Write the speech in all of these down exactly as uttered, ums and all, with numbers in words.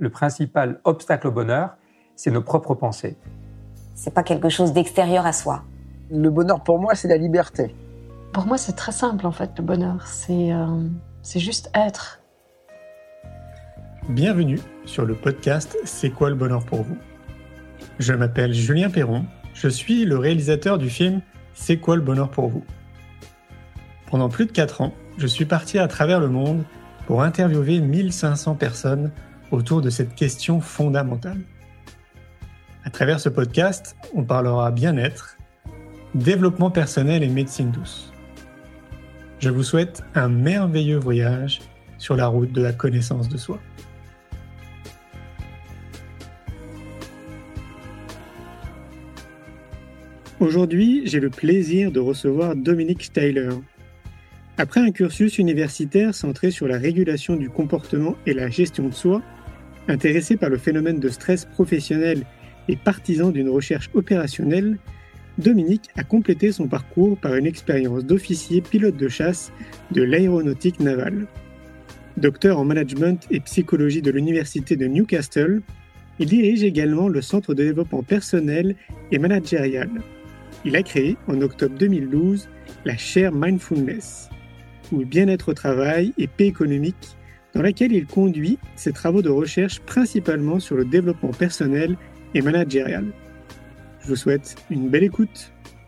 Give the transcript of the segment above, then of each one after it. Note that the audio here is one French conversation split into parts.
le principal obstacle au bonheur, c'est nos propres pensées. C'est pas quelque chose d'extérieur à soi. Le bonheur pour moi, c'est la liberté. Pour moi, c'est très simple en fait, le bonheur. C'est, euh, c'est juste être. Bienvenue sur le podcast C'est quoi le bonheur pour vous ? Je m'appelle Julien Perron, je suis le réalisateur du film C'est quoi le bonheur pour vous ? Pendant plus de quatre ans, je suis parti à travers le monde pour interviewer mille cinq cents personnes autour de cette question fondamentale. À travers ce podcast, on parlera bien-être, développement personnel et médecine douce. Je vous souhaite un merveilleux voyage sur la route de la connaissance de soi. Aujourd'hui, j'ai le plaisir de recevoir Dominique Steyler. Après un cursus universitaire centré sur la régulation du comportement et la gestion de soi, intéressé par le phénomène de stress professionnel et partisan d'une recherche opérationnelle, Dominique a complété son parcours par une expérience d'officier pilote de chasse de l'aéronautique navale. Docteur en management et psychologie de l'université de Newcastle, il dirige également le Centre de développement personnel et managérial. Il a créé, en octobre deux mille douze, la chaire Mindfulness, ou bien-être au travail et paix économique, dans laquelle il conduit ses travaux de recherche principalement sur le développement personnel et managérial. Je vous souhaite une belle écoute.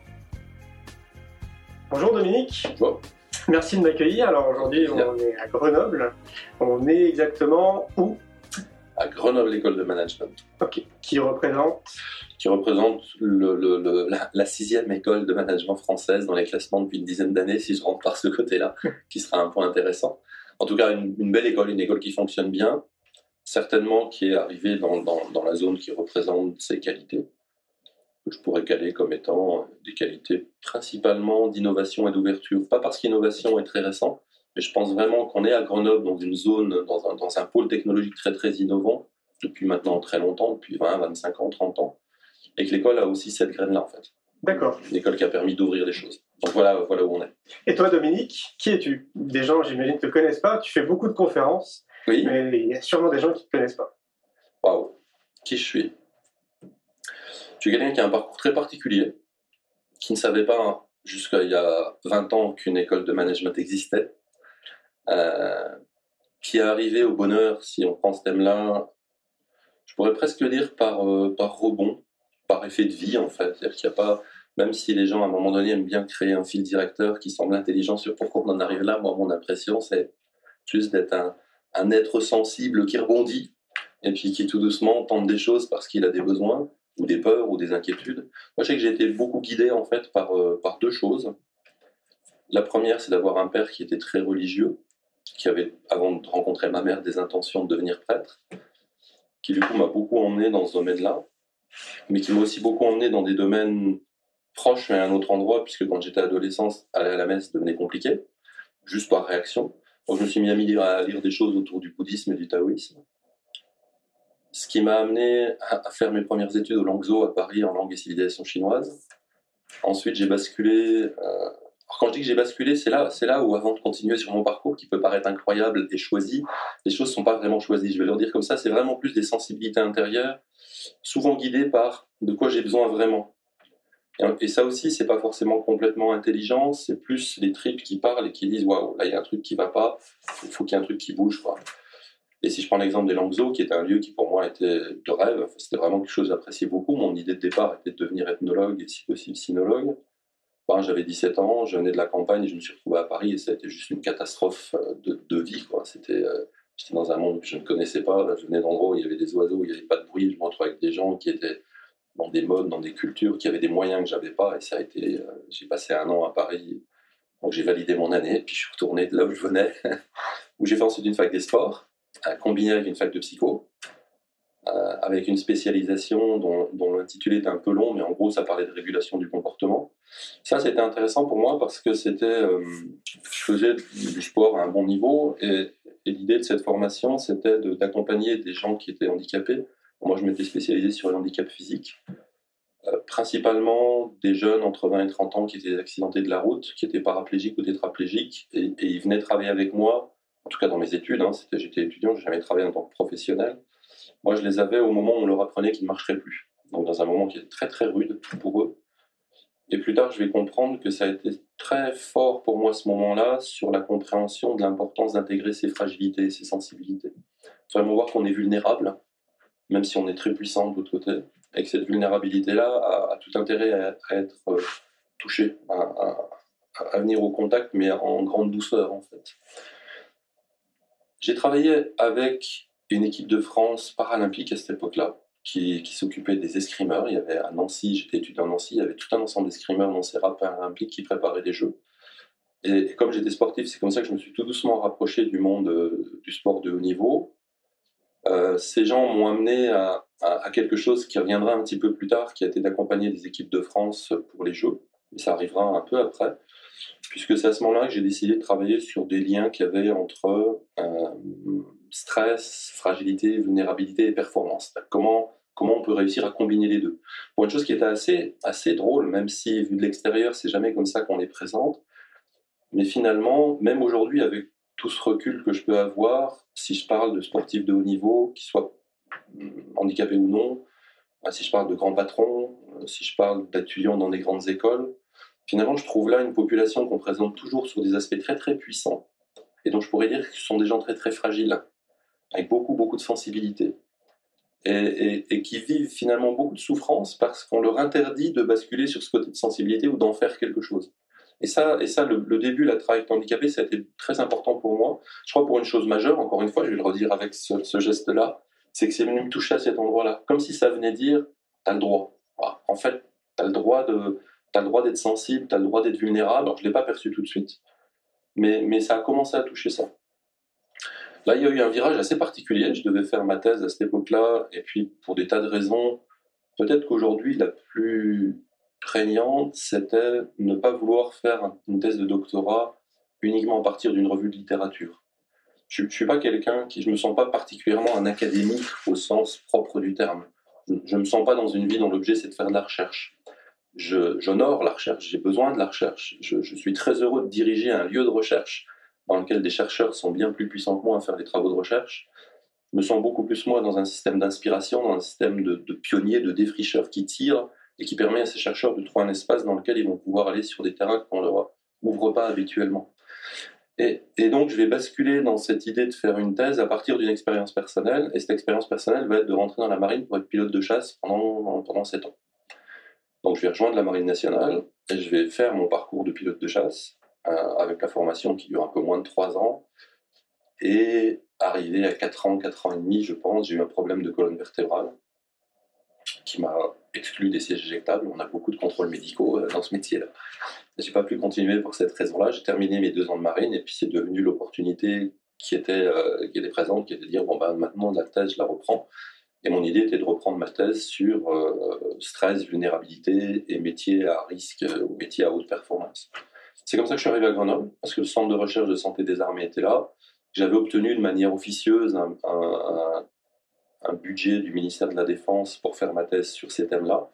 Bonjour Dominique. Bonjour. Merci de m'accueillir. Alors aujourd'hui, on est à Grenoble. On est exactement où ? À Grenoble, l'école de management. Ok. Qui représente ? Qui représente le, le, le, la, la sixième école de management française dans les classements depuis une dizaine d'années, si je rentre par ce côté-là, qui sera un point intéressant. En tout cas, une, une belle école, une école qui fonctionne bien, certainement qui est arrivée dans, dans, dans la zone qui représente ses qualités, que je pourrais caler comme étant des qualités principalement d'innovation et d'ouverture. Pas parce qu'innovation est très récent, mais je pense vraiment qu'on est à Grenoble, dans une zone, dans un, dans un pôle technologique très très innovant, depuis maintenant très longtemps, depuis vingt, vingt-cinq ans, trente ans, et que l'école a aussi cette graine-là en fait. D'accord. Une école qui a permis d'ouvrir des choses. Donc voilà, voilà où on est. Et toi Dominique, qui es-tu ? Des gens, j'imagine, ne te connaissent pas, tu fais beaucoup de conférences, oui. Mais il y a sûrement des gens qui ne te connaissent pas. Waouh, qui je suis ? Je suis quelqu'un qui a un parcours très particulier, qui ne savait pas jusqu'à il y a vingt ans qu'une école de management existait, euh, qui est arrivé au bonheur, si on prend ce thème-là, je pourrais presque le dire par, euh, par rebond, par effet de vie en fait. C'est-à-dire qu'il n'y a pas, même si les gens à un moment donné aiment bien créer un fil directeur qui semble intelligent sur pourquoi on en arrive là, moi mon impression c'est juste d'être un, un être sensible qui rebondit et puis qui tout doucement tente des choses parce qu'il a des besoins ou des peurs ou des inquiétudes. Moi je sais que j'ai été beaucoup guidé en fait par, euh, par deux choses. La première c'est d'avoir un père qui était très religieux, qui avait, avant de rencontrer ma mère, des intentions de devenir prêtre, qui du coup m'a beaucoup emmené dans ce domaine-là, mais qui m'a aussi beaucoup emmené dans des domaines proches mais à un autre endroit, puisque quand j'étais adolescent, aller à la messe devenait compliqué, juste par réaction. Donc je me suis mis à lire, à lire des choses autour du bouddhisme et du taoïsme, ce qui m'a amené à faire mes premières études au Langzhou à Paris en langue et civilisation chinoise. Ensuite j'ai basculé... Euh, Alors quand je dis que j'ai basculé, c'est là, c'est là où, avant de continuer sur mon parcours, qui peut paraître incroyable et choisi, les choses ne sont pas vraiment choisies. Je vais leur dire comme ça, c'est vraiment plus des sensibilités intérieures, souvent guidées par de quoi j'ai besoin vraiment. Et, et ça aussi, c'est pas forcément complètement intelligent, c'est plus les tripes qui parlent et qui disent « Waouh, là il y a un truc qui va pas, il faut qu'il y ait un truc qui bouge. » quoi. Et si je prends l'exemple des Langzhou, qui était un lieu qui pour moi était de rêve, c'était vraiment quelque chose que j'appréciais beaucoup. Mon idée de départ était de devenir ethnologue et si possible sinologue. Ben, j'avais dix-sept ans, je venais de la campagne et je me suis retrouvé à Paris et ça a été juste une catastrophe de, de vie. Quoi. C'était, euh, j'étais dans un monde que je ne connaissais pas, je venais d'endroits où il y avait des oiseaux, où il n'y avait pas de bruit, je me retrouvais avec des gens qui étaient dans des modes, dans des cultures, qui avaient des moyens que je n'avais pas et ça a été, euh, j'ai passé un an à Paris, donc j'ai validé mon année, puis je suis retourné de là où je venais, où j'ai fait ensuite une fac des sports, euh, combinée avec une fac de psycho, Euh, avec une spécialisation dont, dont l'intitulé était un peu long, mais en gros ça parlait de régulation du comportement. Ça c'était intéressant pour moi parce que c'était, euh, je faisais du sport à un bon niveau et, et l'idée de cette formation c'était de, d'accompagner des gens qui étaient handicapés. Moi je m'étais spécialisé sur les handicaps physiques, euh, principalement des jeunes entre vingt et trente ans qui étaient accidentés de la route, qui étaient paraplégiques ou tétraplégiques et, et ils venaient travailler avec moi, en tout cas dans mes études, hein, c'était, j'étais étudiant, je n'ai jamais travaillé en tant que professionnel. Moi, je les avais au moment où on leur apprenait qu'ils ne marcheraient plus. Donc, dans un moment qui est très, très rude pour eux. Et plus tard, je vais comprendre que ça a été très fort pour moi, ce moment-là, sur la compréhension de l'importance d'intégrer ses fragilités et ses sensibilités. Vraiment voir qu'on est vulnérable, même si on est très puissant de l'autre côté, et que cette vulnérabilité-là a, a tout intérêt à, à être euh, touchée, à, à, à venir au contact, mais en grande douceur, en fait. J'ai travaillé avec une équipe de France paralympique à cette époque-là, qui, qui s'occupait des escrimeurs. Il y avait à Nancy, j'étais étudiant à Nancy, il y avait tout un ensemble d'escrimeurs dans ces rats paralympiques qui préparaient des jeux. Et, et comme j'étais sportif, c'est comme ça que je me suis tout doucement rapproché du monde euh, du sport de haut niveau. Euh, ces gens m'ont amené à, à, à quelque chose qui reviendra un petit peu plus tard, qui a été d'accompagner des équipes de France pour les Jeux. Mais ça arrivera un peu après, puisque c'est à ce moment-là que j'ai décidé de travailler sur des liens qu'il y avait entre euh, stress, fragilité, vulnérabilité et performance. Comment, comment on peut réussir à combiner les deux. Pour une chose qui était assez, assez drôle, même si vu de l'extérieur, c'est jamais comme ça qu'on les présente. Mais finalement, même aujourd'hui, avec tout ce recul que je peux avoir, si je parle de sportifs de haut niveau, qu'ils soient handicapés ou non, si je parle de grands patrons, si je parle d'étudiants dans des grandes écoles, finalement, je trouve là une population qu'on présente toujours sur des aspects très très puissants, et donc je pourrais dire que ce sont des gens très très fragiles, avec beaucoup beaucoup de sensibilité, et, et, et qui vivent finalement beaucoup de souffrance parce qu'on leur interdit de basculer sur ce côté de sensibilité ou d'en faire quelque chose. Et ça, et ça le, le début, la travail avec handicapé, ça a été très important pour moi. Je crois pour une chose majeure, encore une fois, je vais le redire avec ce, ce geste-là, c'est que c'est venu me toucher à cet endroit-là, comme si ça venait dire, t'as le droit. Voilà. En fait, t'as le droit de, t'as le droit d'être sensible, t'as le droit d'être vulnérable. Alors, je l'ai pas perçu tout de suite, mais, mais ça a commencé à toucher ça. Là, il y a eu un virage assez particulier. Je devais faire ma thèse à cette époque-là, et puis pour des tas de raisons, peut-être qu'aujourd'hui, la plus prégnante, c'était ne pas vouloir faire une thèse de doctorat uniquement à partir d'une revue de littérature. Je ne suis pas quelqu'un qui, je me sens pas particulièrement un académique au sens propre du terme. Je ne me sens pas dans une vie dont l'objet c'est de faire de la recherche. Je, j'honore la recherche, j'ai besoin de la recherche. Je, je suis très heureux de diriger un lieu de recherche dans lequel des chercheurs sont bien plus puissants que moi à faire des travaux de recherche. Je me sens beaucoup plus moi dans un système d'inspiration, dans un système de, de pionniers, de défricheurs qui tirent et qui permet à ces chercheurs de trouver un espace dans lequel ils vont pouvoir aller sur des terrains qu'on ne leur ouvre pas habituellement. Et, et donc, je vais basculer dans cette idée de faire une thèse à partir d'une expérience personnelle, et cette expérience personnelle va être de rentrer dans la marine pour être pilote de chasse pendant, pendant sept ans. Donc, je vais rejoindre la marine nationale, et je vais faire mon parcours de pilote de chasse, euh, avec la formation qui dure un peu moins de trois ans, et arrivé à quatre ans, quatre ans et demi, je pense, j'ai eu un problème de colonne vertébrale, qui m'a exclu des sièges éjectables. On a beaucoup de contrôles médicaux dans ce métier-là. J'ai pas pu continuer pour cette raison-là. J'ai terminé mes deux ans de marine et puis c'est devenu l'opportunité qui était, euh, qui était présente, qui était de dire bon ben maintenant la thèse je la reprends. Et mon idée était de reprendre ma thèse sur euh, stress, vulnérabilité et métiers à risque ou euh, métiers à haute performance. C'est comme ça que je suis arrivé à Grenoble parce que le centre de recherche de santé des armées était là. J'avais obtenu de manière officieuse un, un, un un budget du ministère de la Défense pour faire ma thèse sur ces thèmes-là.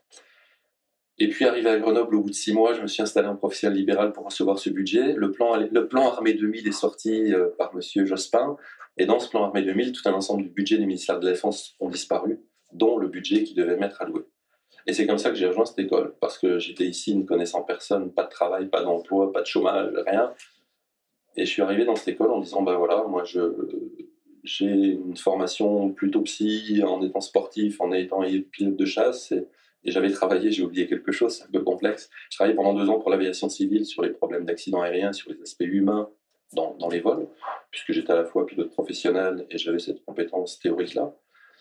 Et puis, arrivé à Grenoble, au bout de six mois, je me suis installé en professionnel libéral pour recevoir ce budget. Le plan, le plan Armée deux mille est sorti euh, par M. Jospin. Et dans ce plan Armée deux mille, tout un ensemble du budget du ministère de la Défense ont disparu, dont le budget qui devait m'être alloué. Et c'est comme ça que j'ai rejoint cette école, parce que j'étais ici ne connaissant personne, pas de travail, pas d'emploi, pas de chômage, rien. Et je suis arrivé dans cette école en disant, ben voilà, moi je... j'ai une formation plutôt psy, en étant sportif, en étant pilote de chasse, et, et j'avais travaillé, j'ai oublié quelque chose, c'est un peu complexe. Je travaillais pendant deux ans pour l'aviation civile sur les problèmes d'accidents aériens, sur les aspects humains dans, dans les vols, puisque j'étais à la fois pilote professionnel et j'avais cette compétence théorique-là.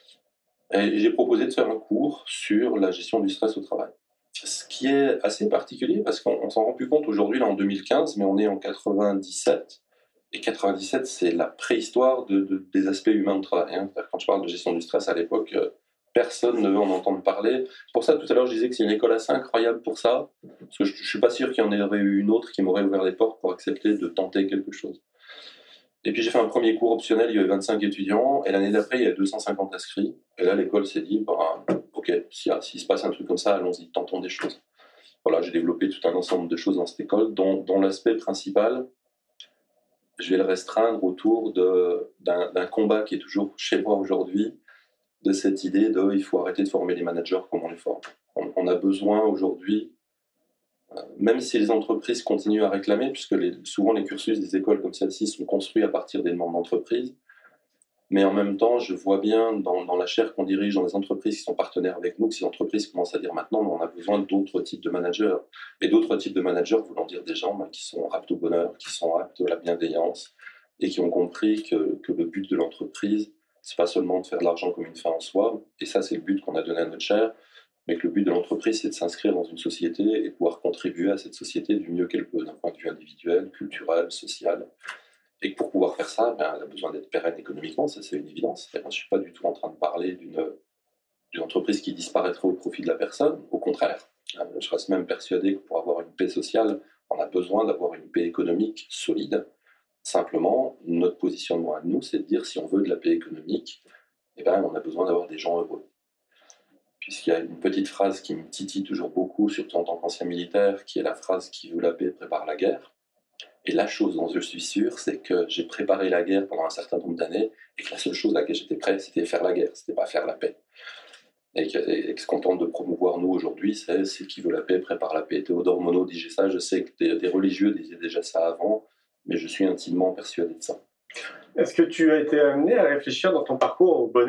Et j'ai proposé de faire un cours sur la gestion du stress au travail. Ce qui est assez particulier, parce qu'on s'en rend plus compte aujourd'hui, là en deux mille quinze, mais on est en quatre-vingt-dix-sept. Et quatre-vingt-dix-sept, c'est la préhistoire de, de, des aspects humains de travail. Hein. Quand je parle de gestion du stress à l'époque, euh, personne ne veut en entendre parler. C'est pour ça, tout à l'heure, je disais que c'est une école assez incroyable pour ça, parce que je ne suis pas sûr qu'il y en aurait eu une autre qui m'aurait ouvert les portes pour accepter de tenter quelque chose. Et puis j'ai fait un premier cours optionnel, il y avait vingt-cinq étudiants, et l'année d'après, il y a deux cent cinquante inscrits. Et là, l'école s'est dit, bah, ok, s'il si se passe un truc comme ça, allons-y, tentons des choses. Voilà, j'ai développé tout un ensemble de choses dans cette école, dont, dont l'aspect principal, je vais le restreindre autour de, d'un, d'un combat qui est toujours chez moi aujourd'hui, de cette idée de il faut arrêter de former les managers comme on les forme. On, on a besoin aujourd'hui, euh, même si les entreprises continuent à réclamer, puisque les, souvent les cursus des écoles comme celle-ci sont construits à partir des demandes d'entreprises, mais en même temps, je vois bien dans, dans la chaire qu'on dirige dans les entreprises qui sont partenaires avec nous, que ces entreprises commencent à dire maintenant, on a besoin d'autres types de managers. Et d'autres types de managers voulant dire des gens ben, qui sont aptes au bonheur, qui sont aptes à la bienveillance, et qui ont compris que, que le but de l'entreprise, c'est pas seulement de faire de l'argent comme une fin en soi, et ça c'est le but qu'on a donné à notre chaire, mais que le but de l'entreprise, c'est de s'inscrire dans une société et pouvoir contribuer à cette société du mieux qu'elle peut, d'un point de vue individuel, culturel, social. Et que pour pouvoir faire ça, ben, elle a besoin d'être pérenne économiquement, ça c'est une évidence. Je ne suis pas du tout en train de parler d'une, d'une entreprise qui disparaîtrait au profit de la personne, au contraire. Je reste même persuadé que pour avoir une paix sociale, on a besoin d'avoir une paix économique solide. Simplement, notre positionnement à nous, c'est de dire si on veut de la paix économique, eh ben, on a besoin d'avoir des gens heureux. Puisqu'il y a une petite phrase qui me titille toujours beaucoup, surtout en tant qu'ancien militaire, qui est la phrase « qui veut la paix prépare la guerre ». Et la chose dont je suis sûr, c'est que j'ai préparé la guerre pendant un certain nombre d'années et que la seule chose à laquelle j'étais prêt, c'était faire la guerre, c'était pas faire la paix. Et, que, et ce qu'on tente de promouvoir, nous, aujourd'hui, c'est, c'est qui veut la paix prépare la paix. Théodore Monod disait ça, je sais que des, des religieux disaient déjà ça avant, mais je suis intimement persuadé de ça. Est-ce que tu as été amené à réfléchir dans ton parcours au bonheur ?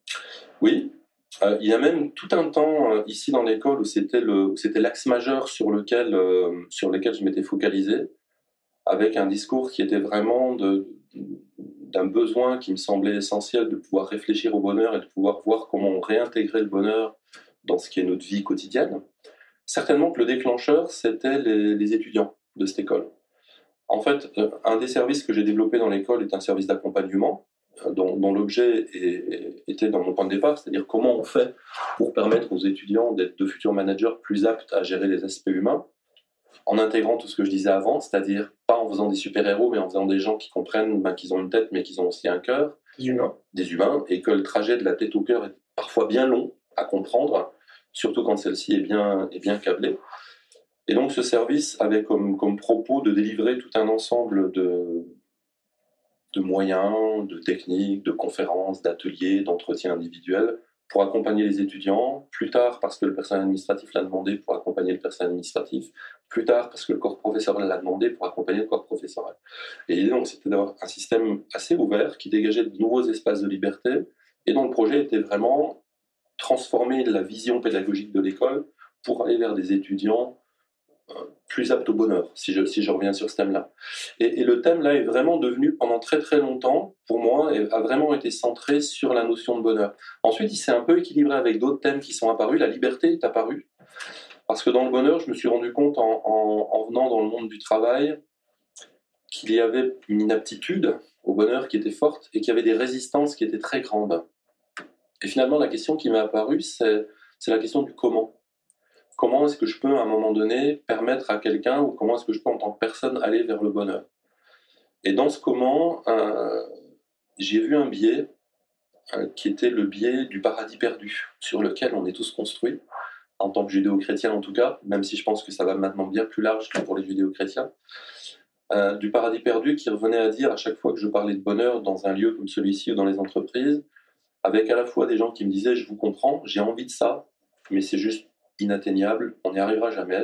Oui. Euh, il y a même tout un temps euh, ici dans l'école où c'était, le, où c'était l'axe majeur sur lequel, euh, sur lequel je m'étais focalisé, avec un discours qui était vraiment de, d'un besoin qui me semblait essentiel de pouvoir réfléchir au bonheur et de pouvoir voir comment on réintégrait le bonheur dans ce qui est notre vie quotidienne. Certainement que le déclencheur, c'était les, les étudiants de cette école. En fait, un des services que j'ai développé dans l'école est un service d'accompagnement, dont, dont l'objet est, est, était dans mon point de départ, c'est-à-dire comment on fait pour permettre aux étudiants d'être de futurs managers plus aptes à gérer les aspects humains, en intégrant tout ce que je disais avant, c'est-à-dire pas en faisant des super-héros, mais en faisant des gens qui comprennent ben, qu'ils ont une tête, mais qu'ils ont aussi un cœur. Des humains. Des humains, et que le trajet de la tête au cœur est parfois bien long à comprendre, surtout quand celle-ci est bien, est bien câblée. Et donc ce service avait comme, comme propos de délivrer tout un ensemble de, de moyens, de techniques, de conférences, d'ateliers, d'entretiens individuels, pour accompagner les étudiants, plus tard parce que le personnel administratif l'a demandé pour accompagner le personnel administratif, plus tard parce que le corps professoral l'a demandé pour accompagner le corps professoral. Et l'idée donc c'était d'avoir un système assez ouvert qui dégageait de nouveaux espaces de liberté et dont le projet était vraiment transformer la vision pédagogique de l'école pour aller vers des étudiants plus aptes au bonheur, si je, si je reviens sur ce thème-là. Et, et le thème-là est vraiment devenu, pendant très très longtemps, pour moi, a vraiment été centré sur la notion de bonheur. Ensuite, il s'est un peu équilibré avec d'autres thèmes qui sont apparus. La liberté est apparue, parce que dans le bonheur, je me suis rendu compte, en, en, en venant dans le monde du travail, qu'il y avait une inaptitude au bonheur qui était forte, et qu'il y avait des résistances qui étaient très grandes. Et finalement, la question qui m'est apparue, c'est, c'est la question du comment. Comment est-ce que je peux, à un moment donné, permettre à quelqu'un, ou comment est-ce que je peux, en tant que personne, aller vers le bonheur ? Et dans ce comment, euh, j'ai vu un biais euh, qui était le biais du paradis perdu, sur lequel on est tous construits, en tant que judéo-chrétiens en tout cas, même si je pense que ça va maintenant bien plus large que pour les judéo-chrétiens, euh, du paradis perdu qui revenait à dire, à chaque fois que je parlais de bonheur dans un lieu comme celui-ci ou dans les entreprises, avec à la fois des gens qui me disaient « je vous comprends, j'ai envie de ça, mais c'est juste inatteignable, on n'y arrivera jamais,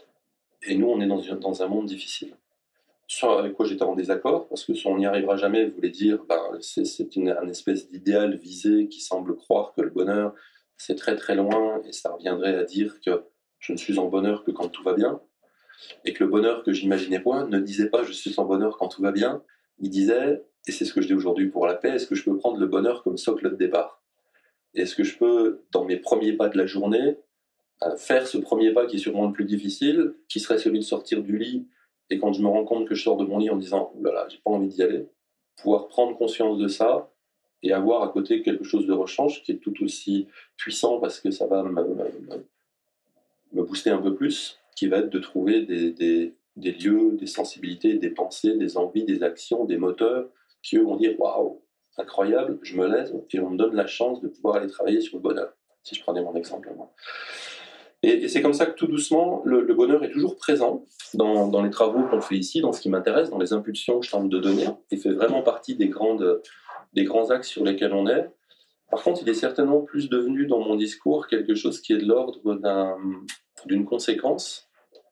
et nous on est dans, une, dans un monde difficile. » Soit avec quoi j'étais en désaccord, parce que si on n'y arrivera jamais voulait dire ben, c'est, c'est une, une espèce d'idéal visé qui semble croire que le bonheur c'est très très loin, et ça reviendrait à dire que je ne suis en bonheur que quand tout va bien, et que le bonheur que j'imaginais moi ne disait pas je suis en bonheur quand tout va bien, il disait, et c'est ce que je dis aujourd'hui pour la paix, est-ce que je peux prendre le bonheur comme socle de départ ? Et est-ce que je peux, dans mes premiers pas de la journée, faire ce premier pas qui est sûrement le plus difficile, qui serait celui de sortir du lit, et quand je me rends compte que je sors de mon lit en disant « Ouh là là, j'ai pas envie d'y aller », pouvoir prendre conscience de ça et avoir à côté quelque chose de rechange qui est tout aussi puissant parce que ça va me, me, me booster un peu plus, qui va être de trouver des, des, des lieux, des sensibilités, des pensées, des envies, des actions, des moteurs qui eux vont dire « Waouh, incroyable, je me lève et on me donne la chance de pouvoir aller travailler sur le bonheur », si je prenais mon exemple moi. Et, et c'est comme ça que tout doucement, le, le bonheur est toujours présent dans, dans les travaux qu'on fait ici, dans ce qui m'intéresse, dans les impulsions que je tente de donner. Il fait vraiment partie des, grandes, des grands axes sur lesquels on est. Par contre, il est certainement plus devenu dans mon discours quelque chose qui est de l'ordre d'un, d'une conséquence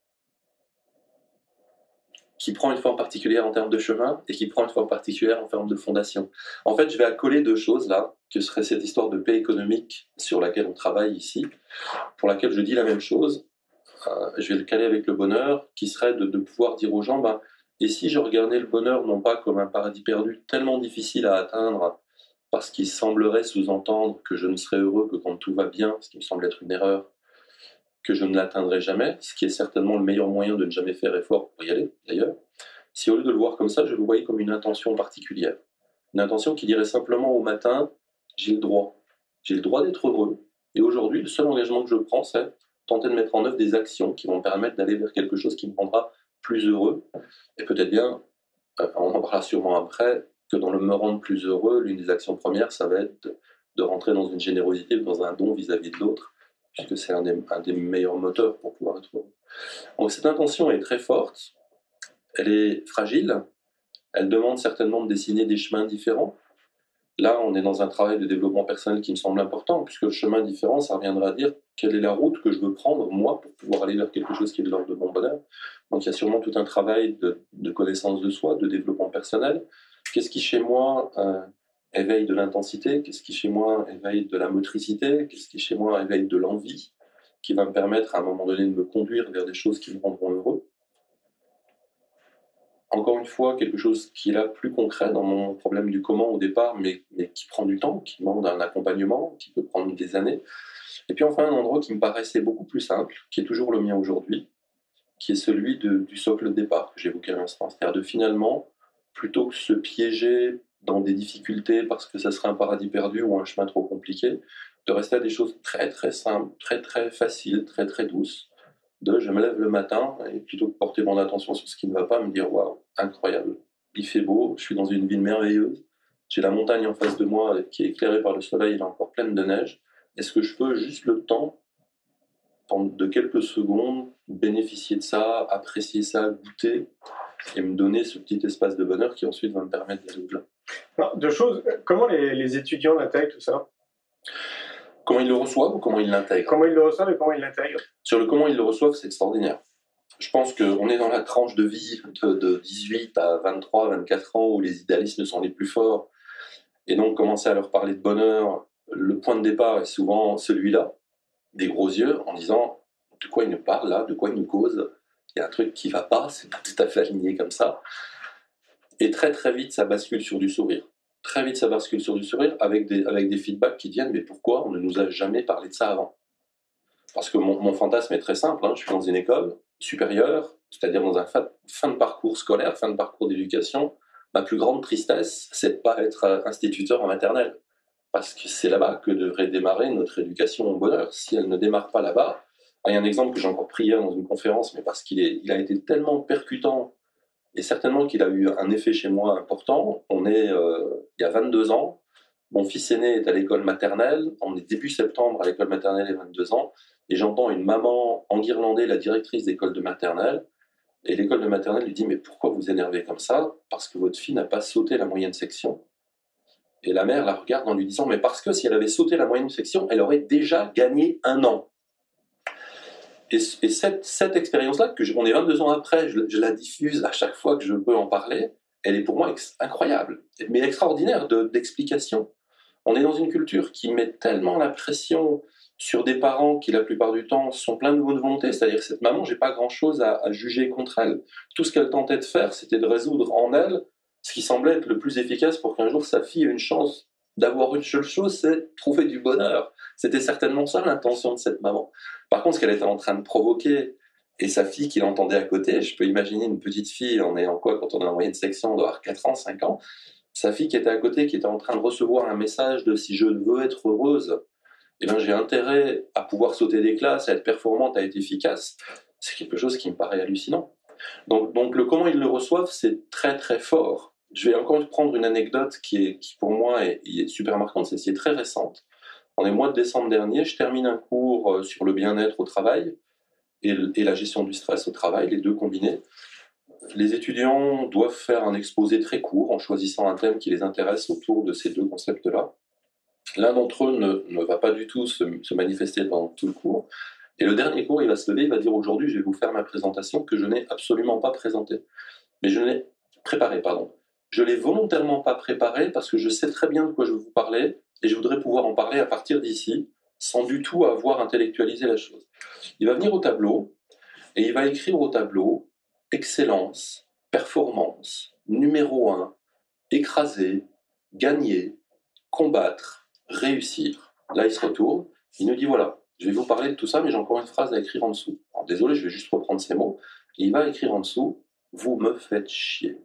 qui prend une forme particulière en termes de chemin et qui prend une forme particulière en termes de fondation. En fait, je vais accoler deux choses là, que serait cette histoire de paix économique sur laquelle on travaille ici, pour laquelle je dis la même chose. Euh, je vais le caler avec le bonheur, qui serait de, de pouvoir dire aux gens, ben, et si je regardais le bonheur non pas comme un paradis perdu tellement difficile à atteindre, parce qu'il semblerait sous-entendre que je ne serais heureux que quand tout va bien, ce qui me semble être une erreur, que je ne l'atteindrai jamais, ce qui est certainement le meilleur moyen de ne jamais faire effort pour y aller, d'ailleurs. Si au lieu de le voir comme ça, je le voyais comme une intention particulière, une intention qui dirait simplement au matin, j'ai le droit, j'ai le droit d'être heureux, et aujourd'hui, le seul engagement que je prends, c'est tenter de mettre en œuvre des actions qui vont me permettre d'aller vers quelque chose qui me rendra plus heureux, et peut-être bien, on en parlera sûrement après, que dans le me rendre plus heureux, l'une des actions premières, ça va être de, de rentrer dans une générosité, dans un don vis-à-vis de l'autre, puisque c'est un des, un des meilleurs moteurs pour pouvoir être heureux. Donc cette intention est très forte, elle est fragile, elle demande certainement de dessiner des chemins différents. Là, on est dans un travail de développement personnel qui me semble important, puisque le chemin différent, ça reviendra à dire quelle est la route que je veux prendre, moi, pour pouvoir aller vers quelque chose qui est de l'ordre de mon bonheur. Donc il y a sûrement tout un travail de, de connaissance de soi, de développement personnel. Qu'est-ce qui, chez moi, euh, éveille de l'intensité? Qu'est-ce qui, chez moi, éveille de la motricité? Qu'est-ce qui, chez moi, éveille de l'envie, qui va me permettre, à un moment donné, de me conduire vers des choses qui me rendront heureux? Encore une fois, quelque chose qui est là plus concret dans mon problème du comment au départ, mais, mais qui prend du temps, qui demande un accompagnement, qui peut prendre des années. Et puis enfin, un endroit qui me paraissait beaucoup plus simple, qui est toujours le mien aujourd'hui, qui est celui de, du socle de départ que j'évoquais à l'instant. C'est-à-dire de finalement, plutôt que se piéger dans des difficultés parce que ça serait un paradis perdu ou un chemin trop compliqué, de rester à des choses très très simples, très très faciles, très très douces. De je me lève le matin et plutôt que porter mon attention sur ce qui ne va pas, me dire waouh, incroyable, il fait beau, je suis dans une ville merveilleuse, j'ai la montagne en face de moi qui est éclairée par le soleil, elle est encore pleine de neige. Est-ce que je peux juste le temps de quelques secondes bénéficier de ça, apprécier ça, goûter et me donner ce petit espace de bonheur qui ensuite va me permettre d'aller au-delà. Alors, deux choses, comment les, les étudiants l'intègrent tout ça? Comment ils le reçoivent ou comment ils l'intègrent? Comment ils le reçoivent et comment ils l'intègrent? Sur le comment ils le reçoivent, c'est extraordinaire. Je pense qu'on est dans la tranche de vie de, de dix-huit à vingt-trois, vingt-quatre ans où les idéalismes sont les plus forts. Et donc, commencer à leur parler de bonheur, le point de départ est souvent celui-là, des gros yeux, en disant de quoi il nous parle là, de quoi il nous cause. Il y a un truc qui ne va pas, c'est pas tout à fait aligné comme ça. Et très très vite, ça bascule sur du sourire. Très vite, ça bascule sur du sourire avec des, avec des feedbacks qui viennent, mais pourquoi on ne nous a jamais parlé de ça avant? Parce que mon, mon fantasme est très simple, hein. Je suis dans une école supérieure, c'est-à-dire dans un fin, fin de parcours scolaire, fin de parcours d'éducation. Ma plus grande tristesse, c'est de ne pas être instituteur en maternelle. Parce que c'est là-bas que devrait démarrer notre éducation au bonheur. Si elle ne démarre pas là-bas, il y a un exemple que j'ai encore pris hier dans une conférence, mais parce qu'il est, il a été tellement percutant, et certainement qu'il a eu un effet chez moi important. On est, euh, il y a vingt-deux ans, mon fils aîné est à l'école maternelle, on est début septembre à l'école maternelle et vingt-deux ans, et j'entends une maman enguirlander la directrice d'école de maternelle, et l'école de maternelle lui dit « Mais pourquoi vous énervez comme ça? Parce que votre fille n'a pas sauté la moyenne section. » Et la mère la regarde en lui disant « Mais parce que si elle avait sauté la moyenne section, elle aurait déjà gagné un an. » Et, et cette, cette expérience-là, que je, on est vingt-deux ans après, je, je la diffuse à chaque fois que je peux en parler, elle est pour moi ex- incroyable, mais extraordinaire de, d'explication. On est dans une culture qui met tellement la pression sur des parents qui, la plupart du temps, sont pleins de bonne volonté. C'est-à-dire que cette maman, j'ai pas grand-chose à, à juger contre elle. Tout ce qu'elle tentait de faire, c'était de résoudre en elle ce qui semblait être le plus efficace pour qu'un jour sa fille ait une chance d'avoir une seule chose, c'est trouver du bonheur. C'était certainement ça l'intention de cette maman. Par contre, ce qu'elle était en train de provoquer, et sa fille qui l'entendait à côté, je peux imaginer une petite fille, on est en quoi quand on est en moyenne section, on doit avoir quatre ans, cinq ans, sa fille qui était à côté, qui était en train de recevoir un message de « si je veux être heureuse, eh bien, j'ai intérêt à pouvoir sauter des classes, à être performante, à être efficace », c'est quelque chose qui me paraît hallucinant. Donc, donc le comment ils le reçoivent, c'est très très fort. Je vais encore prendre une anecdote qui, est, qui pour moi est, est super marquante, c'est, c'est très récente. En le mois de décembre dernier, je termine un cours sur le bien-être au travail et, et la gestion du stress au travail, les deux combinés. Les étudiants doivent faire un exposé très court en choisissant un thème qui les intéresse autour de ces deux concepts-là. L'un d'entre eux ne, ne va pas du tout se, se manifester pendant tout le cours. Et le dernier cours, il va se lever, il va dire aujourd'hui, je vais vous faire ma présentation que je n'ai absolument pas présentée. Mais je l'ai préparée, pardon. Je l'ai volontairement pas préparée parce que je sais très bien de quoi je veux vous parler et je voudrais pouvoir en parler à partir d'ici sans du tout avoir intellectualisé la chose. Il va venir au tableau et il va écrire au tableau excellence, performance, numéro un, écraser, gagner, combattre, réussir. Là, il se retourne, il nous dit voilà, je vais vous parler de tout ça, mais j'ai encore une phrase à écrire en dessous. Alors, désolé, je vais juste reprendre ces mots. Et il va écrire en dessous vous me faites chier.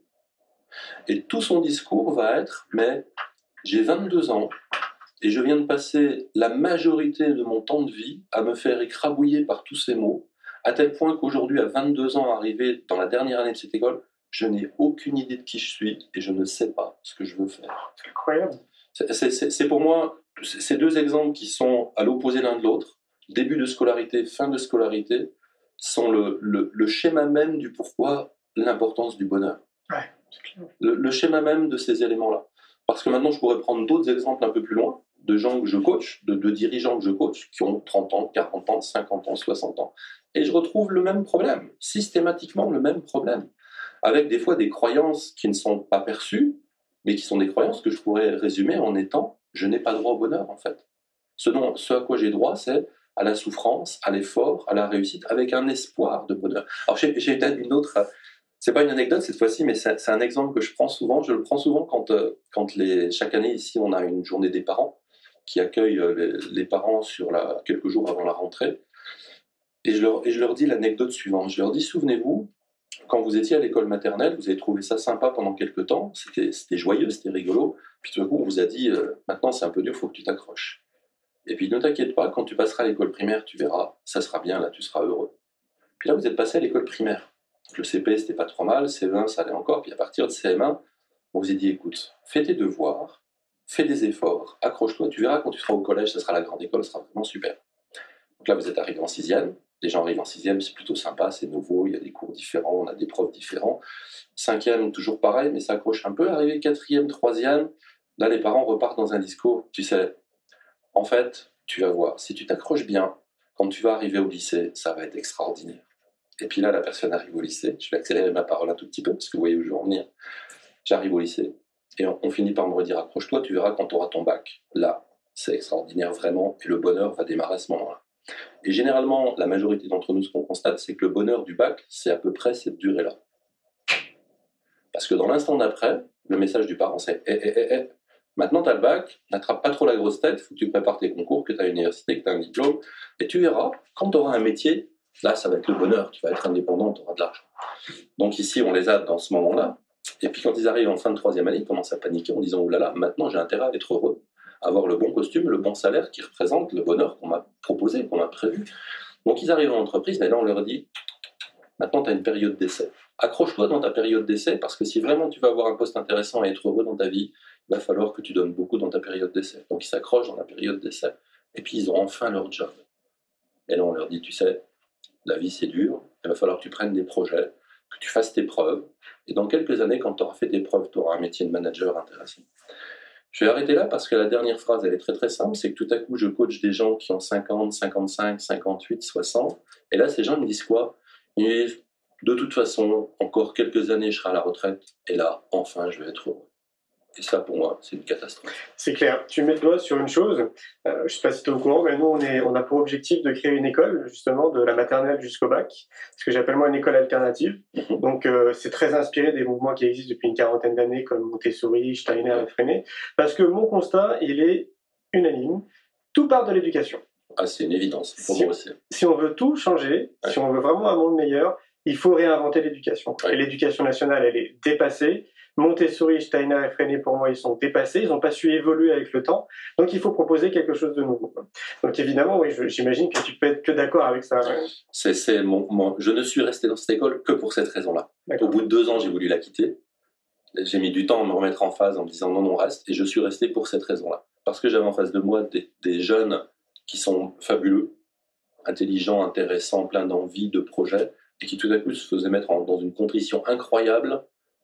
Et tout son discours va être mais j'ai vingt-deux ans et je viens de passer la majorité de mon temps de vie à me faire écrabouiller par tous ces mots, à tel point qu'aujourd'hui, à vingt-deux ans, arrivé dans la dernière année de cette école, je n'ai aucune idée de qui je suis et je ne sais pas ce que je veux faire. C'est incroyable. C'est, c'est, c'est, c'est pour moi ces deux exemples qui sont à l'opposé l'un de l'autre, début de scolarité, fin de scolarité, sont le, le, le schéma même du pourquoi l'importance du bonheur. Ouais, c'est clair. Le, le schéma même de ces éléments-là. Parce que maintenant, je pourrais prendre d'autres exemples un peu plus loin, de gens que je coach, de, de dirigeants que je coach, qui ont trente ans, quarante ans, cinquante ans, soixante ans. Et je retrouve le même problème, systématiquement le même problème, avec des fois des croyances qui ne sont pas perçues, mais qui sont des croyances que je pourrais résumer en étant « je n'ai pas droit au bonheur » en fait. Ce, dont, ce à quoi j'ai droit, c'est à la souffrance, à l'effort, à la réussite, avec un espoir de bonheur. Alors j'ai, j'ai peut-être une autre... C'est pas une anecdote cette fois-ci, mais c'est, c'est un exemple que je prends souvent. Je le prends souvent quand, euh, quand les, chaque année ici, on a une journée des parents qui accueille euh, les, les parents sur la, quelques jours avant la rentrée. Et je, leur, et je leur dis l'anecdote suivante. Je leur dis, souvenez-vous, quand vous étiez à l'école maternelle, vous avez trouvé ça sympa pendant quelques temps, c'était, c'était joyeux, c'était rigolo. Puis tout d'un coup, on vous a dit, euh, maintenant c'est un peu dur, il faut que tu t'accroches. Et puis ne t'inquiète pas, quand tu passeras à l'école primaire, tu verras, ça sera bien, là tu seras heureux. Puis là, vous êtes passé à l'école primaire. Le C P, c'était pas trop mal, C E un, ça allait encore, puis à partir de C M un, on vous a dit, écoute, fais tes devoirs, fais des efforts, accroche-toi, tu verras quand tu seras au collège, ça sera la grande école, ça sera vraiment super. Donc là, vous êtes arrivé en sixième, les gens arrivent en sixième, c'est plutôt sympa, c'est nouveau, il y a des cours différents, on a des profs différents. Cinquième, toujours pareil, mais ça accroche un peu. Arrivé quatrième, troisième, là, les parents repartent dans un discours, tu sais, en fait, tu vas voir, si tu t'accroches bien, quand tu vas arriver au lycée, ça va être extraordinaire. Et puis là, la personne arrive au lycée. Je vais accélérer ma parole un tout petit peu, parce que vous voyez où je veux en venir. J'arrive au lycée, et on, on finit par me redire, accroche-toi, tu verras quand tu auras ton bac. Là, c'est extraordinaire, vraiment, et le bonheur va démarrer à ce moment-là. Et généralement, la majorité d'entre nous, ce qu'on constate, c'est que le bonheur du bac, c'est à peu près cette durée-là. Parce que dans l'instant d'après, le message du parent, c'est eh, eh, eh, eh. Maintenant, tu as le bac, n'attrape pas trop la grosse tête, il faut que tu prépares tes concours, que tu as une université, que tu as un diplôme, et tu verras, quand tu auras un métier, là, ça va être le bonheur, tu vas être indépendant, tu auras de l'argent. Donc ici, on les a dans ce moment-là, et puis quand ils arrivent en fin de troisième année, ils commencent à paniquer en disant « Oulala, maintenant j'ai intérêt à être heureux, avoir le bon costume, le bon salaire qui représente le bonheur qu'on m'a proposé, qu'on m'a prévu. » Donc ils arrivent en entreprise, mais là on leur dit « Maintenant, tu as une période d'essai. Accroche-toi dans ta période d'essai, parce que si vraiment tu vas avoir un poste intéressant et être heureux dans ta vie, il va falloir que tu donnes beaucoup dans ta période d'essai. » Donc ils s'accrochent dans la période d'essai, et puis ils ont enfin leur job. Et là on leur dit « Tu sais, la vie c'est dur, il va falloir que tu prennes des projets, que tu fasses tes preuves, et dans quelques années, quand tu auras fait tes preuves, tu auras un métier de manager intéressant. » Je vais arrêter là parce que la dernière phrase, elle est très très simple, c'est que tout à coup, je coach des gens qui ont cinquante, cinquante-cinq, cinquante-huit, soixante, et là, ces gens me disent quoi ? Ils me disent, de toute façon, encore quelques années, je serai à la retraite, et là, enfin, je vais être heureux. Et ça, pour moi, c'est une catastrophe. C'est clair. Tu mets le doigt sur une chose. Euh, je ne sais pas si tu es au courant, mais nous, on, est, on a pour objectif de créer une école, justement, de la maternelle jusqu'au bac, ce que j'appelle moi une école alternative. Mm-hmm. Donc, euh, c'est très inspiré des mouvements qui existent depuis une quarantaine d'années, comme Montessori, Steiner et Freinet, parce que mon constat, il est unanime. Tout part de l'éducation. Ah, c'est une évidence. Pour si, moi aussi. Si on veut tout changer, ouais. Si on veut vraiment un monde meilleur, il faut réinventer l'éducation. Ouais. Et l'éducation nationale, elle est dépassée. Montessori, Steiner et Freinet, pour moi, ils sont dépassés, ils n'ont pas su évoluer avec le temps, donc il faut proposer quelque chose de nouveau. Donc évidemment, oui, je, j'imagine que tu peux être que d'accord avec ça. Ouais. C'est, c'est mon, mon, je ne suis resté dans cette école que pour cette raison-là. D'accord. Au bout de deux ans, j'ai voulu la quitter. J'ai mis du temps à me remettre en phase en me disant non, non, reste, et je suis resté pour cette raison-là. Parce que j'avais en face de moi des, des jeunes qui sont fabuleux, intelligents, intéressants, pleins d'envie, de projets, et qui tout à coup se faisaient mettre en, dans une contrition incroyable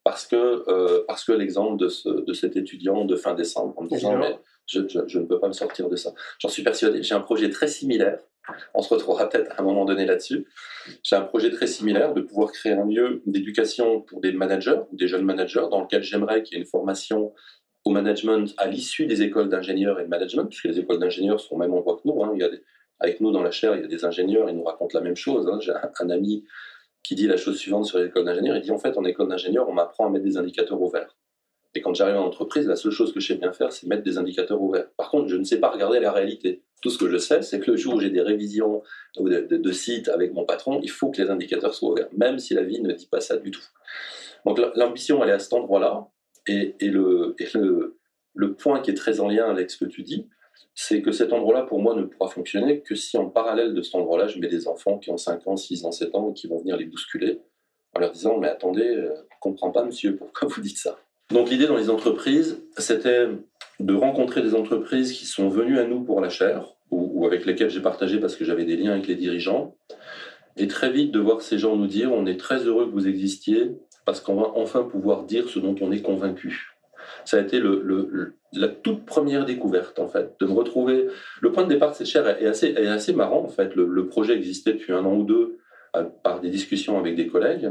parce que, euh, parce que l'exemple de, ce, de cet étudiant de fin décembre, en me disant, mais je, je, je ne peux pas me sortir de ça. J'en suis persuadé. J'ai un projet très similaire. On se retrouvera peut-être à un moment donné là-dessus. J'ai un projet très similaire de pouvoir créer un lieu d'éducation pour des managers, des jeunes managers, dans lequel j'aimerais qu'il y ait une formation au management à l'issue des écoles d'ingénieurs et de management, puisque les écoles d'ingénieurs sont au même endroit que nous. Hein. Il y a des, avec nous, dans la chaire, il y a des ingénieurs, ils nous racontent la même chose. Hein. J'ai un, un ami qui dit la chose suivante sur les écoles d'ingénieurs. Il dit, en fait, en école d'ingénieur, on m'apprend à mettre des indicateurs au vert. Et quand j'arrive en entreprise, la seule chose que je sais bien faire, c'est mettre des indicateurs au vert. Par contre, je ne sais pas regarder la réalité. Tout ce que je sais, c'est que le jour où j'ai des révisions ou de, de, de sites avec mon patron, il faut que les indicateurs soient au vert, même si la vie ne dit pas ça du tout. Donc l'ambition, elle est à cet endroit-là. Et, et, le, et le, le point qui est très en lien avec ce que tu dis, c'est que cet endroit-là, pour moi, ne pourra fonctionner que si en parallèle de cet endroit-là, je mets des enfants qui ont cinq ans, six ans, sept ans et qui vont venir les bousculer en leur disant « Mais attendez, euh, je ne comprends pas, monsieur, pourquoi vous dites ça ?» Donc l'idée dans les entreprises, c'était de rencontrer des entreprises qui sont venues à nous pour la chaire, ou, ou avec lesquelles j'ai partagé parce que j'avais des liens avec les dirigeants, et très vite de voir ces gens nous dire « On est très heureux que vous existiez, parce qu'on va enfin pouvoir dire ce dont on est convaincu. » Ça a été le, le, le, la toute première découverte, en fait, de me retrouver... Le point de départ de cette chaire est assez, est assez marrant, en fait. Le, le projet existait depuis un an ou deux euh, par des discussions avec des collègues.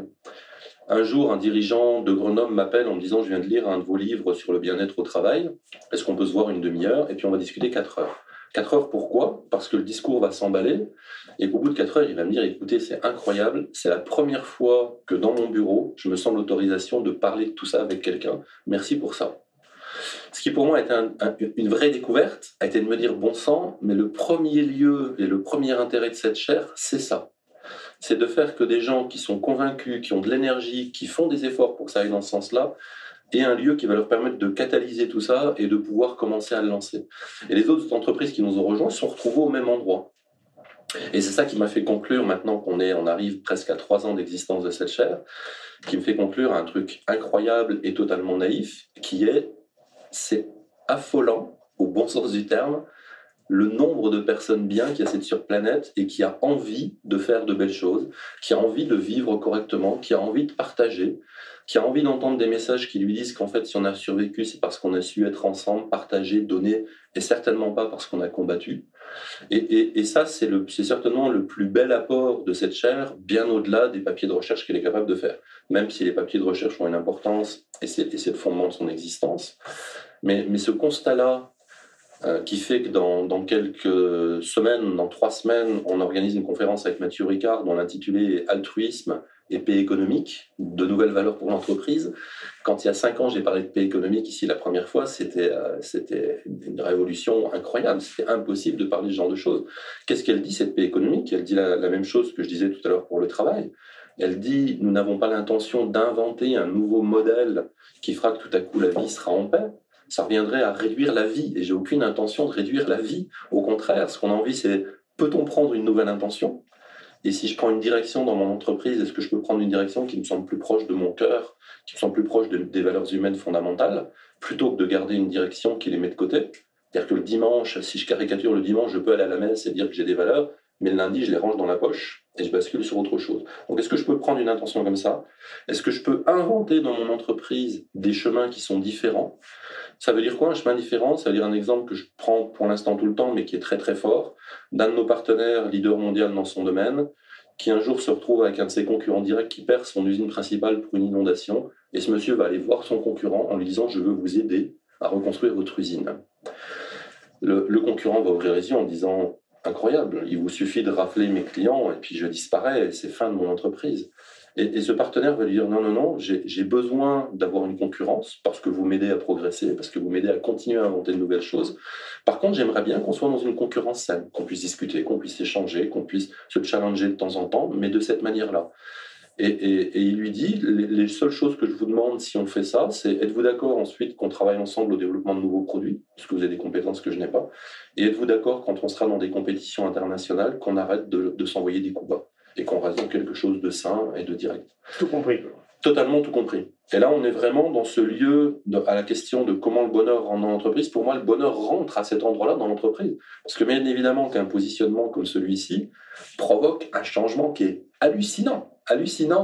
Un jour, un dirigeant de Grenoble m'appelle en me disant « Je viens de lire un de vos livres sur le bien-être au travail. Est-ce qu'on peut se voir une demi-heure ? Et puis on va discuter quatre heures. » Quatre heures, pourquoi ? Parce que le discours va s'emballer. Et qu'au bout de quatre heures, il va me dire « Écoutez, c'est incroyable. C'est la première fois que dans mon bureau, je me sens l'autorisation de parler de tout ça avec quelqu'un. Merci pour ça. » Ce qui pour moi a été un, un, une vraie découverte, a été de me dire « Bon sang, mais le premier lieu et le premier intérêt de cette chaire, c'est ça. » C'est de faire que des gens qui sont convaincus, qui ont de l'énergie, qui font des efforts pour que ça aille dans ce sens-là, aient un lieu qui va leur permettre de catalyser tout ça et de pouvoir commencer à le lancer. Et les autres entreprises qui nous ont rejoints se sont retrouvées au même endroit. Et c'est ça qui m'a fait conclure, maintenant qu'on est, on arrive presque à trois ans d'existence de cette chaire, qui me fait conclure à un truc incroyable et totalement naïf, qui est, c'est affolant, au bon sens du terme, le nombre de personnes bien qu'il y a sur cette planète et qui a envie de faire de belles choses, qui a envie de vivre correctement, qui a envie de partager, qui a envie d'entendre des messages qui lui disent qu'en fait, si on a survécu, c'est parce qu'on a su être ensemble, partager, donner, et certainement pas parce qu'on a combattu. Et, et, et ça, c'est, le, c'est certainement le plus bel apport de cette chaire, bien au-delà des papiers de recherche qu'elle est capable de faire. Même si les papiers de recherche ont une importance, et c'est, et c'est le fondement de son existence. Mais, mais ce constat-là, Euh, qui fait que dans, dans quelques semaines, dans trois semaines, on organise une conférence avec Mathieu Ricard dont l'intitulé est « Altruisme et paix économique, de nouvelles valeurs pour l'entreprise ». Quand il y a cinq ans, j'ai parlé de paix économique ici la première fois, c'était, euh, c'était une révolution incroyable. C'était impossible de parler de ce genre de choses. Qu'est-ce qu'elle dit, cette paix économique ? Elle dit la, la même chose que je disais tout à l'heure pour le travail. Elle dit « Nous n'avons pas l'intention d'inventer un nouveau modèle qui fera que tout à coup la vie sera en paix ». Ça reviendrait à réduire la vie, et j'ai aucune intention de réduire la vie. Au contraire, ce qu'on a envie, c'est peut-on prendre une nouvelle intention ? Et si je prends une direction dans mon entreprise, est-ce que je peux prendre une direction qui me semble plus proche de mon cœur, qui me semble plus proche de, des valeurs humaines fondamentales, plutôt que de garder une direction qui les met de côté ? C'est-à-dire que le dimanche, si je caricature le dimanche, je peux aller à la messe et dire que j'ai des valeurs, mais le lundi, je les range dans la poche et je bascule sur autre chose. Donc, est-ce que je peux prendre une intention comme ça ? Est-ce que je peux inventer dans mon entreprise des chemins qui sont différents ? Ça veut dire quoi, un chemin différent ? Ça veut dire un exemple que je prends pour l'instant tout le temps, mais qui est très très fort, d'un de nos partenaires, leader mondial dans son domaine, qui un jour se retrouve avec un de ses concurrents directs qui perd son usine principale pour une inondation, et ce monsieur va aller voir son concurrent en lui disant « Je veux vous aider à reconstruire votre usine ». Le, le concurrent va ouvrir les yeux en disant « Incroyable, il vous suffit de rafler mes clients et puis je disparais et c'est fin de mon entreprise ». Et, et ce partenaire va lui dire « Non, non, non, j'ai, j'ai besoin d'avoir une concurrence parce que vous m'aidez à progresser, parce que vous m'aidez à continuer à inventer de nouvelles choses. Par contre, j'aimerais bien qu'on soit dans une concurrence saine, qu'on puisse discuter, qu'on puisse échanger, qu'on puisse se challenger de temps en temps, mais de cette manière-là. » Et, et, et il lui dit, les, les seules choses que je vous demande si on fait ça, c'est êtes-vous d'accord ensuite qu'on travaille ensemble au développement de nouveaux produits, parce que vous avez des compétences que je n'ai pas, et êtes-vous d'accord quand on sera dans des compétitions internationales qu'on arrête de, de s'envoyer des coups bas et qu'on reste dans quelque chose de sain et de direct. Tout compris. Totalement tout compris. Et là, on est vraiment dans ce lieu, de, à la question de comment le bonheur rentre dans l'entreprise. Pour moi, le bonheur rentre à cet endroit-là dans l'entreprise. Parce que bien évidemment qu'un positionnement comme celui-ci provoque un changement qui est hallucinant. Hallucinant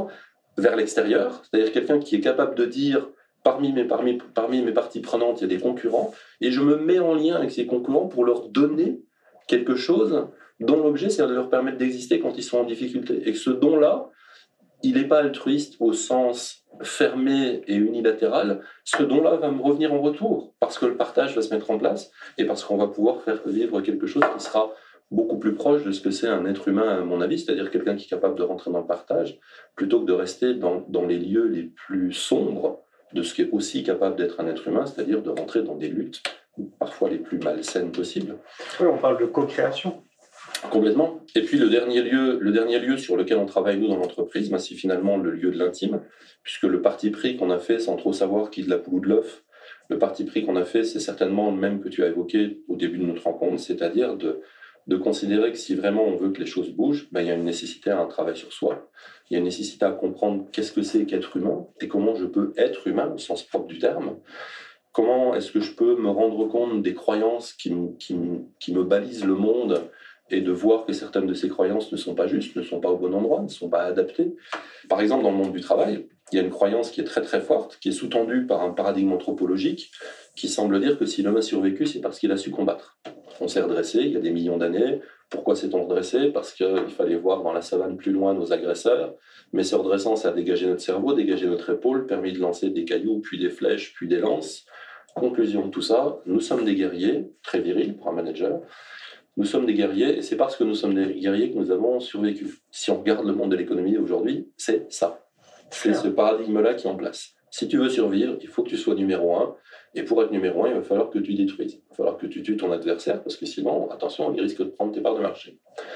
vers l'extérieur, c'est-à-dire quelqu'un qui est capable de dire parmi mes, parmi, parmi mes parties prenantes, il y a des concurrents, et je me mets en lien avec ces concurrents pour leur donner quelque chose dont l'objet, c'est de leur permettre d'exister quand ils sont en difficulté. Et que ce don-là, il n'est pas altruiste au sens fermé et unilatéral. Ce don-là va me revenir en retour, parce que le partage va se mettre en place, et parce qu'on va pouvoir faire vivre quelque chose qui sera beaucoup plus proche de ce que c'est un être humain, à mon avis, c'est-à-dire quelqu'un qui est capable de rentrer dans le partage, plutôt que de rester dans, dans les lieux les plus sombres de ce qui est aussi capable d'être un être humain, c'est-à-dire de rentrer dans des luttes, parfois les plus malsaines possibles. Oui, on parle de co-création. Complètement. Et puis le dernier lieu, le dernier lieu sur lequel on travaille, nous, dans l'entreprise, bah, c'est finalement le lieu de l'intime, puisque le parti pris qu'on a fait, sans trop savoir qui de la poule ou de l'œuf, le parti pris qu'on a fait, c'est certainement le même que tu as évoqué au début de notre rencontre, c'est-à-dire de de considérer que si vraiment on veut que les choses bougent, ben, il y a une nécessité à un travail sur soi. Il y a une nécessité à comprendre qu'est-ce que c'est qu'être humain et comment je peux être humain au sens propre du terme. Comment est-ce que je peux me rendre compte des croyances qui, m- qui, m- qui me balisent le monde et de voir que certaines de ces croyances ne sont pas justes, ne sont pas au bon endroit, ne sont pas adaptées. Par exemple, dans le monde du travail, il y a une croyance qui est très très forte, qui est sous-tendue par un paradigme anthropologique qui semble dire que si l'homme a survécu, c'est parce qu'il a su combattre. On s'est redressé il y a des millions d'années. Pourquoi s'est-on redressé ? Parce qu'il fallait voir dans la savane plus loin nos agresseurs. Mais se redressant, ça a dégagé notre cerveau, dégagé notre épaule, permis de lancer des cailloux, puis des flèches, puis des lances. Conclusion de tout ça, nous sommes des guerriers, très virils pour un manager. Nous sommes des guerriers, et c'est parce que nous sommes des guerriers que nous avons survécu. Si on regarde le monde de l'économie aujourd'hui, c'est ça. C'est ce paradigme-là qui est en place. Si tu veux survivre, il faut que tu sois numéro un. Et pour être numéro un, il va falloir que tu détruises. Il va falloir que tu tues ton adversaire, parce que sinon, attention, il risque de prendre tes parts de marché.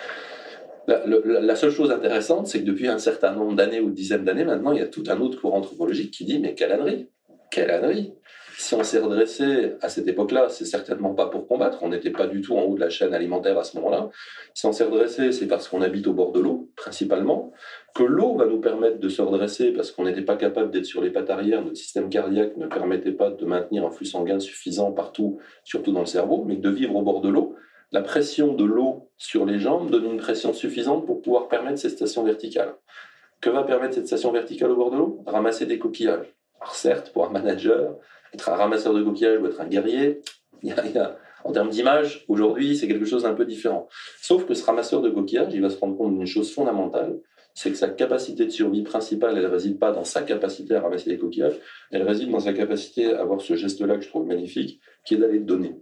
La, la, la seule chose intéressante, c'est que depuis un certain nombre d'années ou dizaines d'années, maintenant, il y a tout un autre courant anthropologique qui dit « mais quelle ânerie, quelle ânerie !» Si on s'est redressé à cette époque-là, c'est certainement pas pour combattre, on n'était pas du tout en haut de la chaîne alimentaire à ce moment-là. Si on s'est redressé, c'est parce qu'on habite au bord de l'eau, principalement, que l'eau va nous permettre de se redresser parce qu'on n'était pas capable d'être sur les pattes arrière, notre système cardiaque ne permettait pas de maintenir un flux sanguin suffisant partout, surtout dans le cerveau, mais que de vivre au bord de l'eau, la pression de l'eau sur les jambes donne une pression suffisante pour pouvoir permettre cette station verticale. Que va permettre cette station verticale au bord de l'eau ? Ramasser des coquillages. Alors certes, pour un manager, être un ramasseur de coquillages ou être un guerrier, il y a, il y a, en termes d'image, aujourd'hui, c'est quelque chose d'un peu différent. Sauf que ce ramasseur de coquillages, il va se rendre compte d'une chose fondamentale, c'est que sa capacité de survie principale, elle ne réside pas dans sa capacité à ramasser les coquillages, elle réside dans sa capacité à avoir ce geste-là que je trouve magnifique, qui est d'aller donner.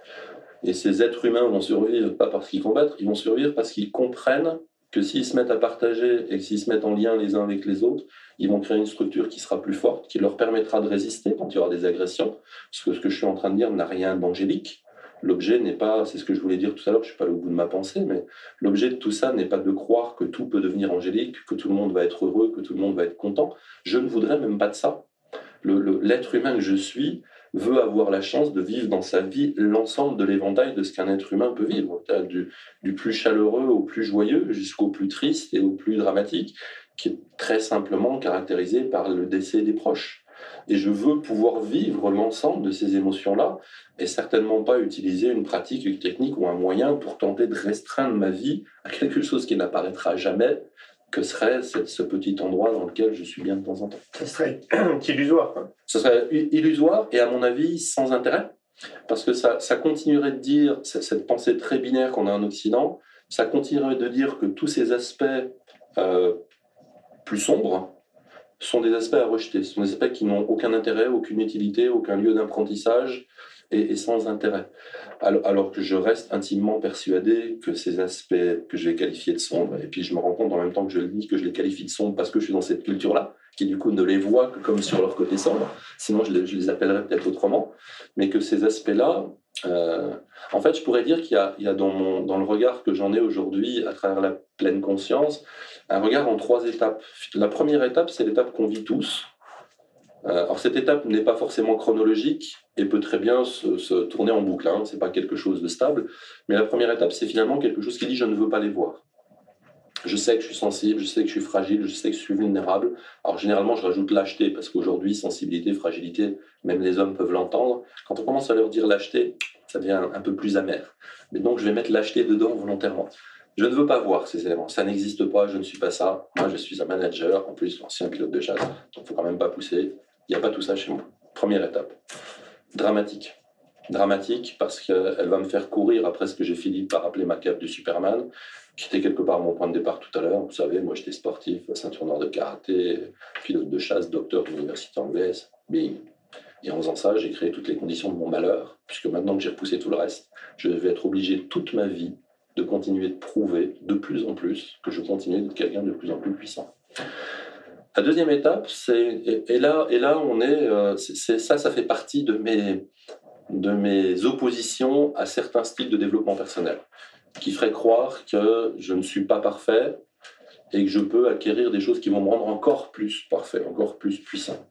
Et ces êtres humains vont survivre pas parce qu'ils combattent, ils vont survivre parce qu'ils comprennent que s'ils se mettent à partager et que s'ils se mettent en lien les uns avec les autres, ils vont créer une structure qui sera plus forte, qui leur permettra de résister quand il y aura des agressions. Parce que ce que je suis en train de dire n'a rien d'angélique. L'objet n'est pas, c'est ce que je voulais dire tout à l'heure, je ne suis pas allé au bout de ma pensée, mais l'objet de tout ça n'est pas de croire que tout peut devenir angélique, que tout le monde va être heureux, que tout le monde va être content. Je ne voudrais même pas de ça. Le, le, l'être humain que je suis veut avoir la chance de vivre dans sa vie l'ensemble de l'éventail de ce qu'un être humain peut vivre, du, du plus chaleureux au plus joyeux, jusqu'au plus triste et au plus dramatique, qui est très simplement caractérisé par le décès des proches. Et je veux pouvoir vivre l'ensemble de ces émotions-là et certainement pas utiliser une pratique, une technique ou un moyen pour tenter de restreindre ma vie à quelque chose qui n'apparaîtra jamais, que serait cette, ce petit endroit dans lequel je suis bien de temps en temps. Ce serait illusoire, quoi. Ce serait illusoire et à mon avis sans intérêt, parce que ça, ça continuerait de dire, cette pensée très binaire qu'on a en Occident, ça continuerait de dire que tous ces aspects euh, plus sombres sont des aspects à rejeter, ce sont des aspects qui n'ont aucun intérêt, aucune utilité, aucun lieu d'apprentissage et, et sans intérêt. Alors, alors que je reste intimement persuadé que ces aspects que je vais qualifier de sombres, et puis je me rends compte en même temps que je le dis que je les qualifie de sombres parce que je suis dans cette culture-là, qui du coup ne les voit que comme sur leur côté sombre, sinon je les, je les appellerais peut-être autrement, mais que ces aspects-là, euh, en fait je pourrais dire qu'il y a, il y a dans, mon, dans le regard que j'en ai aujourd'hui à travers la pleine conscience, un regard en trois étapes. La première étape, c'est l'étape qu'on vit tous. Euh, alors cette étape n'est pas forcément chronologique et peut très bien se, se tourner en boucle, hein, c'est pas quelque chose de stable, mais la première étape, c'est finalement quelque chose qui dit « je ne veux pas les voir ». Je sais que je suis sensible, je sais que je suis fragile, je sais que je suis vulnérable. Alors généralement, je rajoute lâcheté, parce qu'aujourd'hui, sensibilité, fragilité, même les hommes peuvent l'entendre. Quand on commence à leur dire lâcheté, ça devient un peu plus amer. Mais donc, je vais mettre lâcheté dedans volontairement. Je ne veux pas voir ces éléments. Ça n'existe pas, je ne suis pas ça. Moi, je suis un manager, en plus, ancien pilote de chasse. Donc, il ne faut quand même pas pousser. Il n'y a pas tout ça chez moi. Première étape. Dramatique. Dramatique parce qu'elle va me faire courir après ce que j'ai fini par appeler ma cape de Superman, qui était quelque part mon point de départ tout à l'heure. Vous savez, moi, j'étais sportif, ceinture noire de karaté, pilote de chasse, docteur de l'université anglaise. Bing. Et en faisant ça, j'ai créé toutes les conditions de mon malheur, puisque maintenant que j'ai repoussé tout le reste, je vais être obligé toute ma vie de continuer de prouver de plus en plus que je continue d'être quelqu'un de plus en plus puissant. La deuxième étape, c'est et, et là et là on est, euh, c'est, c'est ça, ça fait partie de mes de mes oppositions à certains styles de développement personnel, qui feraient croire que je ne suis pas parfait et que je peux acquérir des choses qui vont me rendre encore plus parfait, encore plus puissant.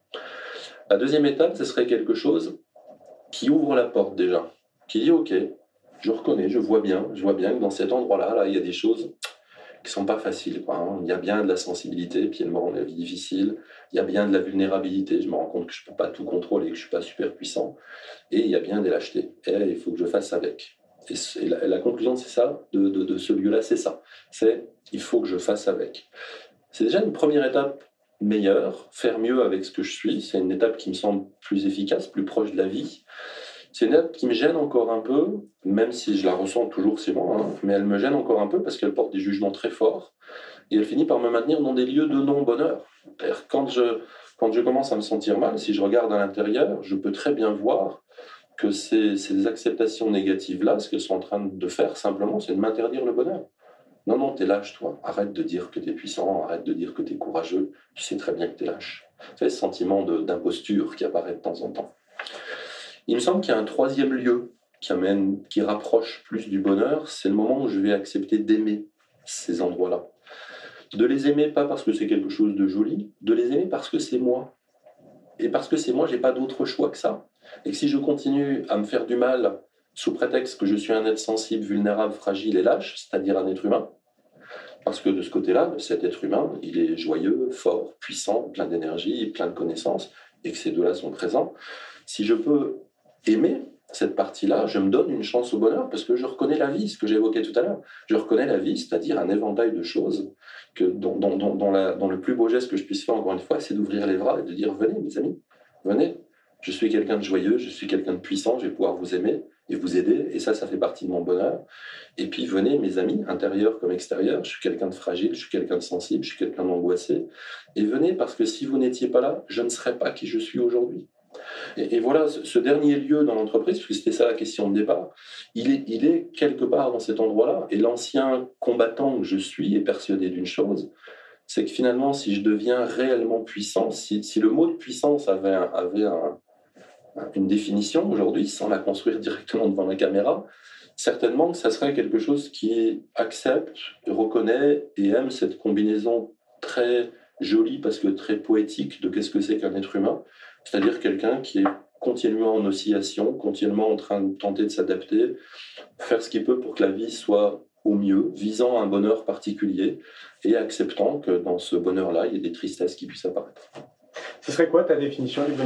La deuxième étape, ce serait quelque chose qui ouvre la porte déjà, qui dit ok. Je reconnais, je vois bien, je vois bien que dans cet endroit-là, là, il y a des choses qui sont pas faciles, quoi, hein. Il y a bien de la sensibilité, puis elle me rend la vie difficile. Il y a bien de la vulnérabilité. Je me rends compte que je peux pas tout contrôler, que je suis pas super puissant. Et il y a bien des lâchetés. Et là, il faut que je fasse avec. Et, et, la, et la conclusion, c'est ça, de, de, de ce lieu-là, c'est ça. C'est il faut que je fasse avec. C'est déjà une première étape meilleure, faire mieux avec ce que je suis. C'est une étape qui me semble plus efficace, plus proche de la vie. C'est une étape qui me gêne encore un peu, même si je la ressens toujours c'est moi, hein, mais elle me gêne encore un peu parce qu'elle porte des jugements très forts et elle finit par me maintenir dans des lieux de non-bonheur. Quand je, quand je commence à me sentir mal, si je regarde à l'intérieur, je peux très bien voir que ces, ces acceptations négatives-là, ce qu'elles sont en train de faire simplement, c'est de m'interdire le bonheur. Non, non, t'es lâche, toi. Arrête de dire que t'es puissant, arrête de dire que t'es courageux. Tu sais très bien que t'es lâche. C'est ce sentiment de, d'imposture qui apparaît de temps en temps. Il me semble qu'il y a un troisième lieu qui amène, qui rapproche plus du bonheur, c'est le moment où je vais accepter d'aimer ces endroits-là. De les aimer pas parce que c'est quelque chose de joli, de les aimer parce que c'est moi. Et parce que c'est moi, j'ai pas d'autre choix que ça. Et que si je continue à me faire du mal sous prétexte que je suis un être sensible, vulnérable, fragile et lâche, c'est-à-dire un être humain, parce que de ce côté-là, cet être humain, il est joyeux, fort, puissant, plein d'énergie, plein de connaissances, et que ces deux-là sont présents, si je peux aimer cette partie-là, je me donne une chance au bonheur parce que je reconnais la vie, ce que j'évoquais tout à l'heure. Je reconnais la vie, c'est-à-dire un éventail de choses que dont, dont, dont, dont, la, dont le plus beau geste que je puisse faire, encore une fois, c'est d'ouvrir les bras et de dire « Venez, mes amis, venez. Je suis quelqu'un de joyeux, je suis quelqu'un de puissant, je vais pouvoir vous aimer et vous aider. Et ça, ça fait partie de mon bonheur. Et puis, venez, mes amis, intérieur comme extérieur. Je suis quelqu'un de fragile, je suis quelqu'un de sensible, je suis quelqu'un d'angoissé. Et venez parce que si vous n'étiez pas là, je ne serais pas qui je suis aujourd'hui. » Et, et voilà, ce, ce dernier lieu dans l'entreprise, puisque c'était ça la question de départ, il est, il est quelque part dans cet endroit-là. Et l'ancien combattant que je suis est persuadé d'une chose, c'est que finalement, si je deviens réellement puissant, si, si le mot de puissance avait, un, avait un, une définition aujourd'hui, sans la construire directement devant la caméra, certainement que ça serait quelque chose qui accepte, reconnaît et aime cette combinaison très jolie, parce que très poétique, de qu'est-ce que c'est qu'un être humain. C'est-à-dire quelqu'un qui est continuellement en oscillation, continuellement en train de tenter de s'adapter, faire ce qu'il peut pour que la vie soit au mieux, visant un bonheur particulier et acceptant que dans ce bonheur-là, il y ait des tristesses qui puissent apparaître. Ce serait quoi ta définition du bonheur ?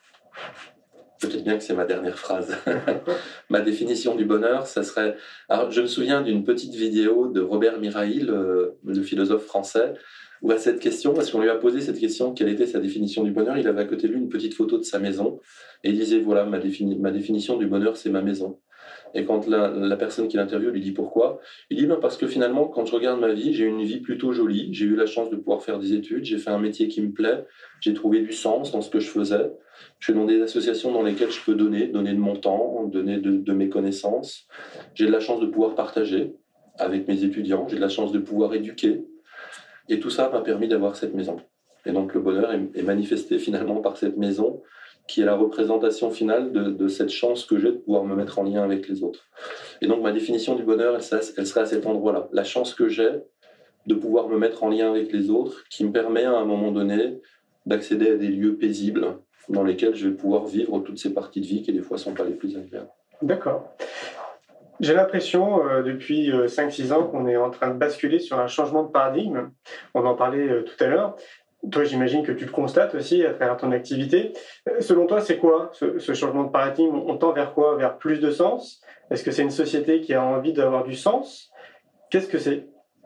Peut-être bien que c'est ma dernière phrase. Ma définition du bonheur, ça serait... Alors, je me souviens d'une petite vidéo de Robert Mirail, le, le philosophe français, où à cette question, parce qu'on lui a posé cette question, quelle était sa définition du bonheur, il avait à côté de lui une petite photo de sa maison, et il disait, voilà, ma, défini- ma définition du bonheur, c'est ma maison. Et quand la, la personne qui l'interviewe lui dit pourquoi, il dit, ben parce que finalement, quand je regarde ma vie, j'ai une vie plutôt jolie, j'ai eu la chance de pouvoir faire des études, j'ai fait un métier qui me plaît, j'ai trouvé du sens dans ce que je faisais, je suis dans des associations dans lesquelles je peux donner, donner de mon temps, donner de, de mes connaissances, j'ai de la chance de pouvoir partager avec mes étudiants, j'ai de la chance de pouvoir éduquer. Et tout ça m'a permis d'avoir cette maison. Et donc le bonheur est, est manifesté finalement par cette maison qui est la représentation finale de, de cette chance que j'ai de pouvoir me mettre en lien avec les autres. Et donc ma définition du bonheur, elle, elle serait à cet endroit-là. La chance que j'ai de pouvoir me mettre en lien avec les autres qui me permet à un moment donné d'accéder à des lieux paisibles dans lesquels je vais pouvoir vivre toutes ces parties de vie qui des fois ne sont pas les plus agréables. D'accord. J'ai l'impression, euh, depuis euh, cinq six ans, qu'on est en train de basculer sur un changement de paradigme. On en parlait euh, tout à l'heure. Toi, j'imagine que tu le constates aussi à travers ton activité. Euh, selon toi, c'est quoi ce, ce changement de paradigme ? On tend vers quoi ? Vers plus de sens ? Est-ce que c'est une société qui a envie d'avoir du sens ? Qu'est-ce que c'est?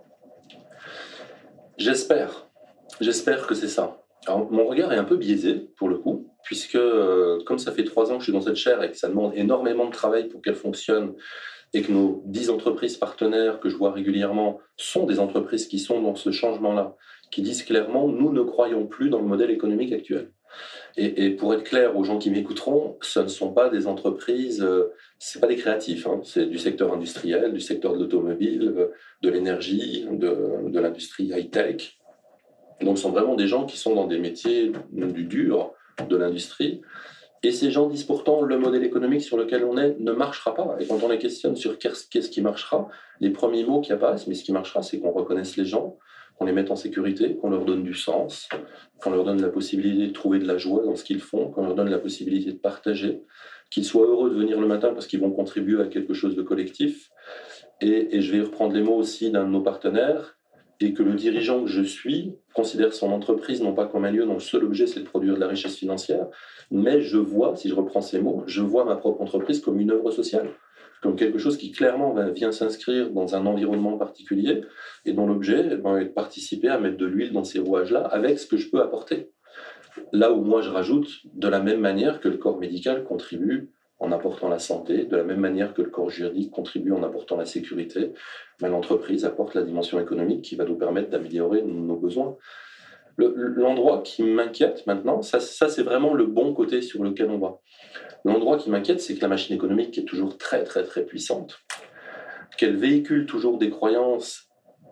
J'espère. J'espère que c'est ça. Alors, mon regard est un peu biaisé, pour le coup, puisque euh, comme ça fait trois ans que je suis dans cette chaire et que ça demande énormément de travail pour qu'elle fonctionne, et que nos dix entreprises partenaires que je vois régulièrement sont des entreprises qui sont dans ce changement-là, qui disent clairement « nous ne croyons plus dans le modèle économique actuel ». Et, et pour être clair aux gens qui m'écouteront, ce ne sont pas des entreprises, euh, ce pas des créatifs, hein, c'est du secteur industriel, du secteur de l'automobile, euh, de l'énergie, de, de l'industrie high-tech. Donc ce sont vraiment des gens qui sont dans des métiers du dur, de l'industrie. Et ces gens disent pourtant le modèle économique sur lequel on est ne marchera pas. Et quand on les questionne sur qu'est-ce qui marchera, les premiers mots qui apparaissent, mais ce qui marchera, c'est qu'on reconnaisse les gens, qu'on les mette en sécurité, qu'on leur donne du sens, qu'on leur donne la possibilité de trouver de la joie dans ce qu'ils font, qu'on leur donne la possibilité de partager, qu'ils soient heureux de venir le matin parce qu'ils vont contribuer à quelque chose de collectif. Et, et je vais reprendre les mots aussi d'un de nos partenaires, et que le dirigeant que je suis considère son entreprise non pas comme un lieu dont le seul objet c'est de produire de la richesse financière, mais je vois, si je reprends ces mots, je vois ma propre entreprise comme une œuvre sociale, comme quelque chose qui clairement vient s'inscrire dans un environnement particulier et dont l'objet est de participer à mettre de l'huile dans ces rouages-là avec ce que je peux apporter. Là où moi je rajoute, de la même manière que le corps médical contribue en apportant la santé, de la même manière que le corps juridique contribue en apportant la sécurité, mais l'entreprise apporte la dimension économique qui va nous permettre d'améliorer nos besoins. Le, l'endroit qui m'inquiète maintenant, ça, ça c'est vraiment le bon côté sur lequel on va. L'endroit qui m'inquiète, c'est que la machine économique qui est toujours très très très puissante, qu'elle véhicule toujours des croyances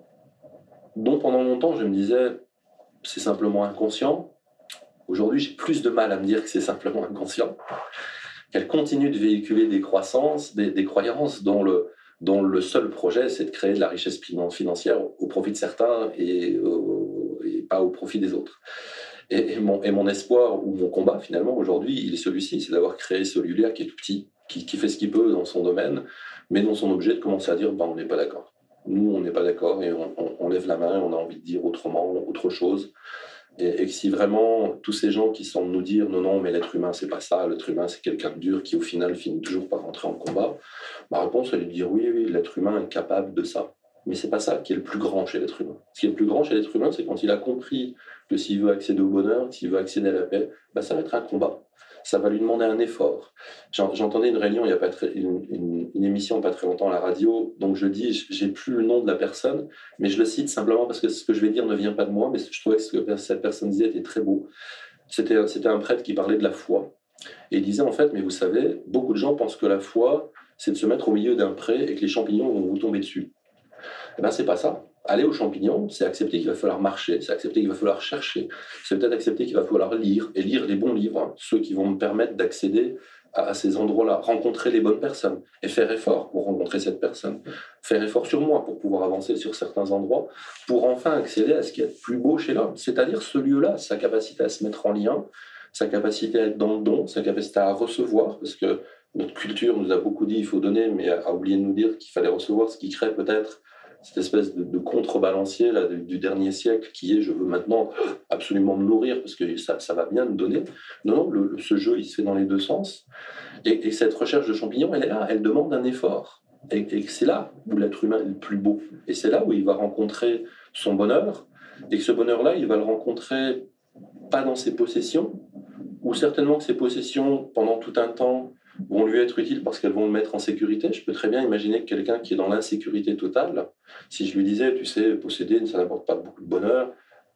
dont pendant longtemps je me disais c'est simplement inconscient. Aujourd'hui j'ai plus de mal à me dire que c'est simplement inconscient. Qu'elle continue de véhiculer des croissances, des, des croyances dont le, dont le seul projet, c'est de créer de la richesse financière au profit de certains et, euh, et pas au profit des autres. Et, et, mon, et mon espoir ou mon combat, finalement, aujourd'hui, il est celui-ci, c'est d'avoir créé celui-là qui est tout petit, qui, qui fait ce qu'il peut dans son domaine, mais dont son objet de commencer à dire ben, on n'est pas d'accord. Nous, on n'est pas d'accord et on, on, on lève la main, on a envie de dire autrement, autre chose. Et, et que si vraiment tous ces gens qui semblent nous dire non, non, mais l'être humain, c'est pas ça, l'être humain, c'est quelqu'un de dur qui, au final, finit toujours par rentrer en combat, ma réponse, elle est de dire oui, oui, l'être humain est capable de ça. Mais c'est pas ça qui est le plus grand chez l'être humain. Ce qui est le plus grand chez l'être humain, c'est quand il a compris que s'il veut accéder au bonheur, s'il veut accéder à la paix, bah, ça va être un combat. Ça va lui demander un effort. J'entendais une réunion, il y a pas très, une, une, une émission pas très longtemps à la radio, donc je dis, j'ai plus le nom de la personne, mais je le cite simplement parce que ce que je vais dire ne vient pas de moi, mais je trouvais que ce que cette personne disait était très beau. C'était, c'était un prêtre qui parlait de la foi. Et il disait en fait, mais vous savez, beaucoup de gens pensent que la foi, c'est de se mettre au milieu d'un pré et que les champignons vont vous tomber dessus. Eh bien, c'est pas ça. Aller aux champignons, c'est accepter qu'il va falloir marcher, c'est accepter qu'il va falloir chercher, c'est peut-être accepter qu'il va falloir lire, et lire les bons livres, hein, ceux qui vont me permettre d'accéder à, à ces endroits-là, rencontrer les bonnes personnes, et faire effort pour rencontrer cette personne, faire effort sur moi pour pouvoir avancer sur certains endroits, pour enfin accéder à ce qu'il y a de plus beau chez l'homme, c'est-à-dire ce lieu-là, sa capacité à se mettre en lien, sa capacité à être dans le don, sa capacité à recevoir, parce que notre culture nous a beaucoup dit il faut donner, mais a oublié de nous dire qu'il fallait recevoir, ce qui crée peut-être cette espèce de, de contrebalancier là, du, du dernier siècle qui est je veux maintenant absolument me nourrir parce que ça, ça va bien me donner. Non, non, le, ce jeu il se fait dans les deux sens. Et, et cette recherche de champignons, elle est là, elle demande un effort. Et, et c'est là où l'être humain est le plus beau. Et c'est là où il va rencontrer son bonheur. Et que ce bonheur-là, il va le rencontrer pas dans ses possessions, ou certainement que ses possessions, pendant tout un temps, vont lui être utiles parce qu'elles vont le mettre en sécurité. Je peux très bien imaginer que quelqu'un qui est dans l'insécurité totale, si je lui disais, tu sais, posséder, ça n'apporte pas beaucoup de bonheur,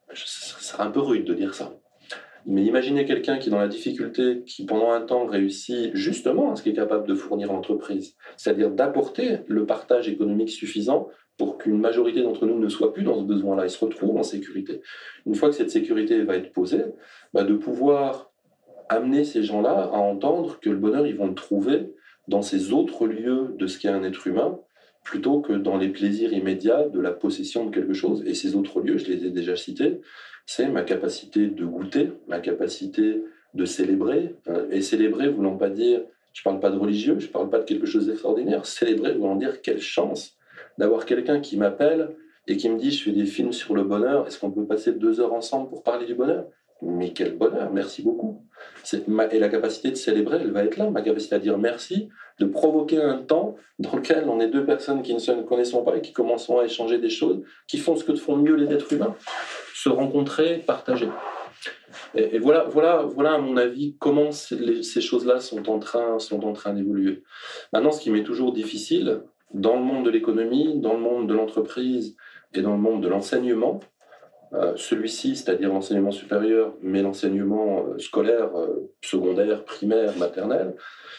ça serait un peu rude de dire ça. Mais imaginez quelqu'un qui est dans la difficulté, qui pendant un temps réussit justement à ce qu'il est capable de fournir à l'entreprise, c'est-à-dire d'apporter le partage économique suffisant pour qu'une majorité d'entre nous ne soit plus dans ce besoin-là, ils se retrouvent en sécurité. Une fois que cette sécurité va être posée, bah de pouvoir amener ces gens-là à entendre que le bonheur, ils vont le trouver dans ces autres lieux de ce qu'est un être humain, plutôt que dans les plaisirs immédiats de la possession de quelque chose. Et ces autres lieux, je les ai déjà cités, c'est ma capacité de goûter, ma capacité de célébrer. Et célébrer voulant pas dire, je parle pas de religieux, je parle pas de quelque chose d'extraordinaire. Célébrer voulant dire quelle chance d'avoir quelqu'un qui m'appelle et qui me dit, je fais des films sur le bonheur, est-ce qu'on peut passer deux heures ensemble pour parler du bonheur ? mais quel bonheur, merci beaucoup. C'est ma, et la capacité de célébrer, elle va être là, ma capacité à dire merci, de provoquer un temps dans lequel on est deux personnes qui ne se connaissent pas et qui commenceront à échanger des choses, qui font ce que font mieux les êtres humains, se rencontrer, partager. Et, et voilà, voilà, voilà, à mon avis, comment les, ces choses-là sont en train, sont en train d'évoluer. Maintenant, ce qui m'est toujours difficile, dans le monde de l'économie, dans le monde de l'entreprise et dans le monde de l'enseignement, euh, celui-ci, c'est-à-dire l'enseignement supérieur, mais l'enseignement euh, scolaire, euh, secondaire, primaire, maternel,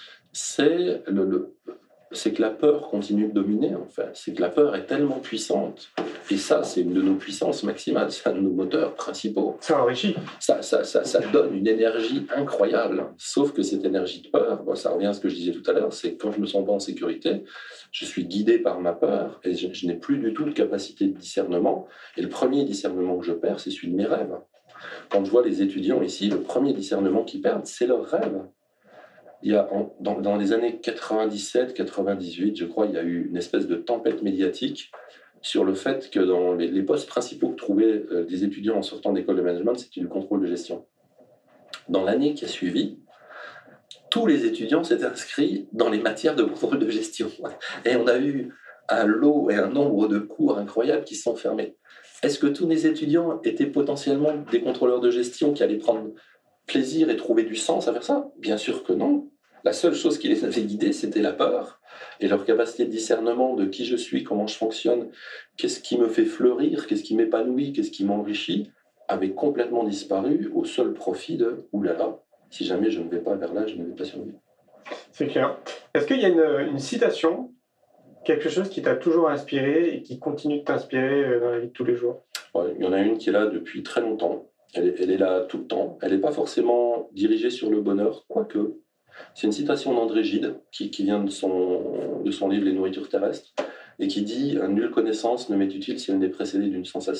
c'est le, le c'est que la peur continue de dominer, en fait. C'est que la peur est tellement puissante. Et ça, c'est une de nos puissances maximales. C'est un de nos moteurs principaux. Ça enrichit. Ça, ça, ça, ça donne une énergie incroyable. Sauf que cette énergie de peur, bon, ça revient à ce que je disais tout à l'heure, c'est que quand je me sens pas en sécurité, je suis guidé par ma peur et je, je n'ai plus du tout de capacité de discernement. Et le premier discernement que je perds, c'est celui de mes rêves. Quand je vois les étudiants ici, le premier discernement qu'ils perdent, c'est leurs rêves. Il y a, en, dans, dans les années quatre-vingt-dix-sept quatre-vingt-dix-huit, je crois, il y a eu une espèce de tempête médiatique sur le fait que dans les, les postes principaux que trouvaient euh, des étudiants en sortant d'école de management, c'était du contrôle de gestion. Dans l'année qui a suivi, tous les étudiants s'étaient inscrits dans les matières de contrôle de gestion. Et on a eu un lot et un nombre de cours incroyables qui se sont fermés. Est-ce que tous les étudiants étaient potentiellement des contrôleurs de gestion qui allaient prendre plaisir et trouver du sens à faire ça? Bien sûr que non. La seule chose qui les avait guidés, c'était la peur et leur capacité de discernement de qui je suis, comment je fonctionne, qu'est-ce qui me fait fleurir, qu'est-ce qui m'épanouit, qu'est-ce qui m'enrichit, avait complètement disparu au seul profit de « oulala, si jamais je ne vais pas vers là, je ne vais pas survivre ». C'est clair. Est-ce qu'il y a une, une citation, quelque chose qui t'a toujours inspiré et qui continue de t'inspirer dans la vie de tous les jours? Ouais, il y en a une qui est là depuis très longtemps. Elle est, elle est là tout le temps. Elle n'est pas forcément dirigée sur le bonheur, quoique. C'est une citation d'André Gide, qui, qui vient de son, de son livre « Les nourritures terrestres », et qui dit « Nulle connaissance ne m'est utile si elle n'est précédée d'une sensation ».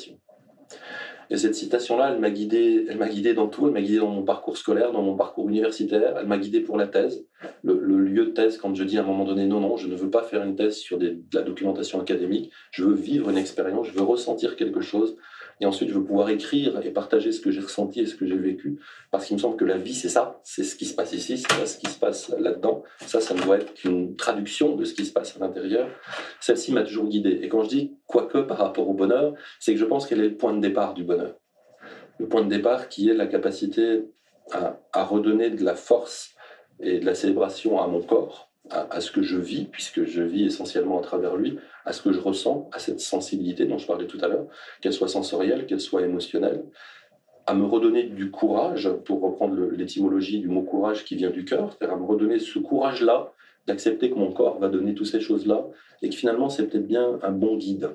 Et cette citation-là, elle m'a guidé, elle m'a guidé dans tout. Elle m'a guidé dans mon parcours scolaire, dans mon parcours universitaire. Elle m'a guidé pour la thèse. Le, le lieu de thèse, quand je dis à un moment donné « Non, non, je ne veux pas faire une thèse sur des, de la documentation académique. Je veux vivre une expérience, je veux ressentir quelque chose. » Et ensuite, je veux pouvoir écrire et partager ce que j'ai ressenti et ce que j'ai vécu. Parce qu'il me semble que la vie, c'est ça. C'est ce qui se passe ici, c'est ce qui se passe là-dedans. Ça, ça ne doit être qu'une traduction de ce qui se passe à l'intérieur. Celle-ci m'a toujours guidé. Et quand je dis « quoique » par rapport au bonheur, c'est que je pense qu'elle est le point de départ du bonheur. Le point de départ qui est la capacité à, à redonner de la force et de la célébration à mon corps, à, à ce que je vis, puisque je vis essentiellement à travers lui, à ce que je ressens, à cette sensibilité dont je parlais tout à l'heure, qu'elle soit sensorielle, qu'elle soit émotionnelle, à me redonner du courage, pour reprendre le, l'étymologie du mot courage qui vient du cœur, c'est-à-dire à me redonner ce courage-là, d'accepter que mon corps va donner toutes ces choses-là, et que finalement c'est peut-être bien un bon guide,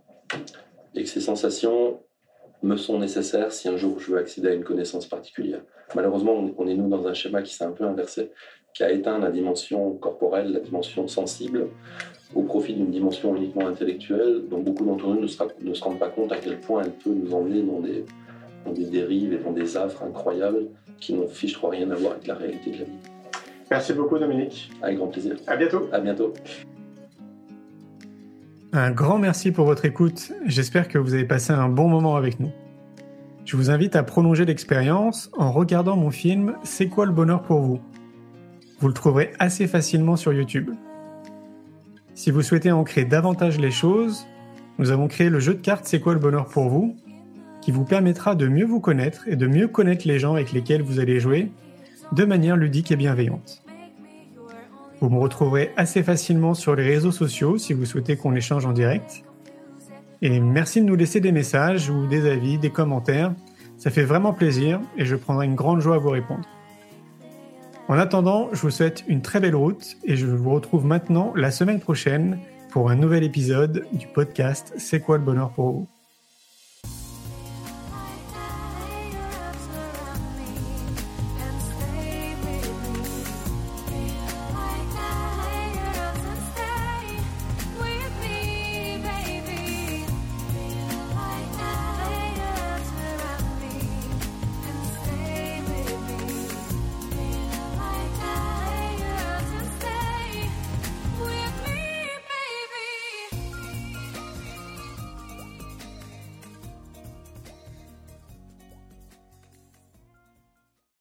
et que ces sensations me sont nécessaires si un jour je veux accéder à une connaissance particulière. Malheureusement, on est nous dans un schéma qui s'est un peu inversé, qui a éteint la dimension corporelle, la dimension sensible, au profit d'une dimension uniquement intellectuelle, dont beaucoup d'entre nous ne se, ne se rendent pas compte à quel point elle peut nous emmener dans des, dans des dérives et dans des affres incroyables qui n'ont fiche je crois rien à voir avec la réalité de la vie. Merci beaucoup Dominique. Avec grand plaisir. À bientôt. À bientôt. Un grand merci pour votre écoute. J'espère que vous avez passé un bon moment avec nous. Je vous invite à prolonger l'expérience en regardant mon film « C'est quoi le bonheur pour vous ?» Vous le trouverez assez facilement sur YouTube. Si vous souhaitez ancrer davantage les choses, nous avons créé le jeu de cartes « C'est quoi le bonheur pour vous ?» qui vous permettra de mieux vous connaître et de mieux connaître les gens avec lesquels vous allez jouer de manière ludique et bienveillante. Vous me retrouverez assez facilement sur les réseaux sociaux si vous souhaitez qu'on échange en direct. Et merci de nous laisser des messages ou des avis, des commentaires. Ça fait vraiment plaisir et je prendrai une grande joie à vous répondre. En attendant, je vous souhaite une très belle route et je vous retrouve maintenant la semaine prochaine pour un nouvel épisode du podcast « C'est quoi le bonheur pour vous ?»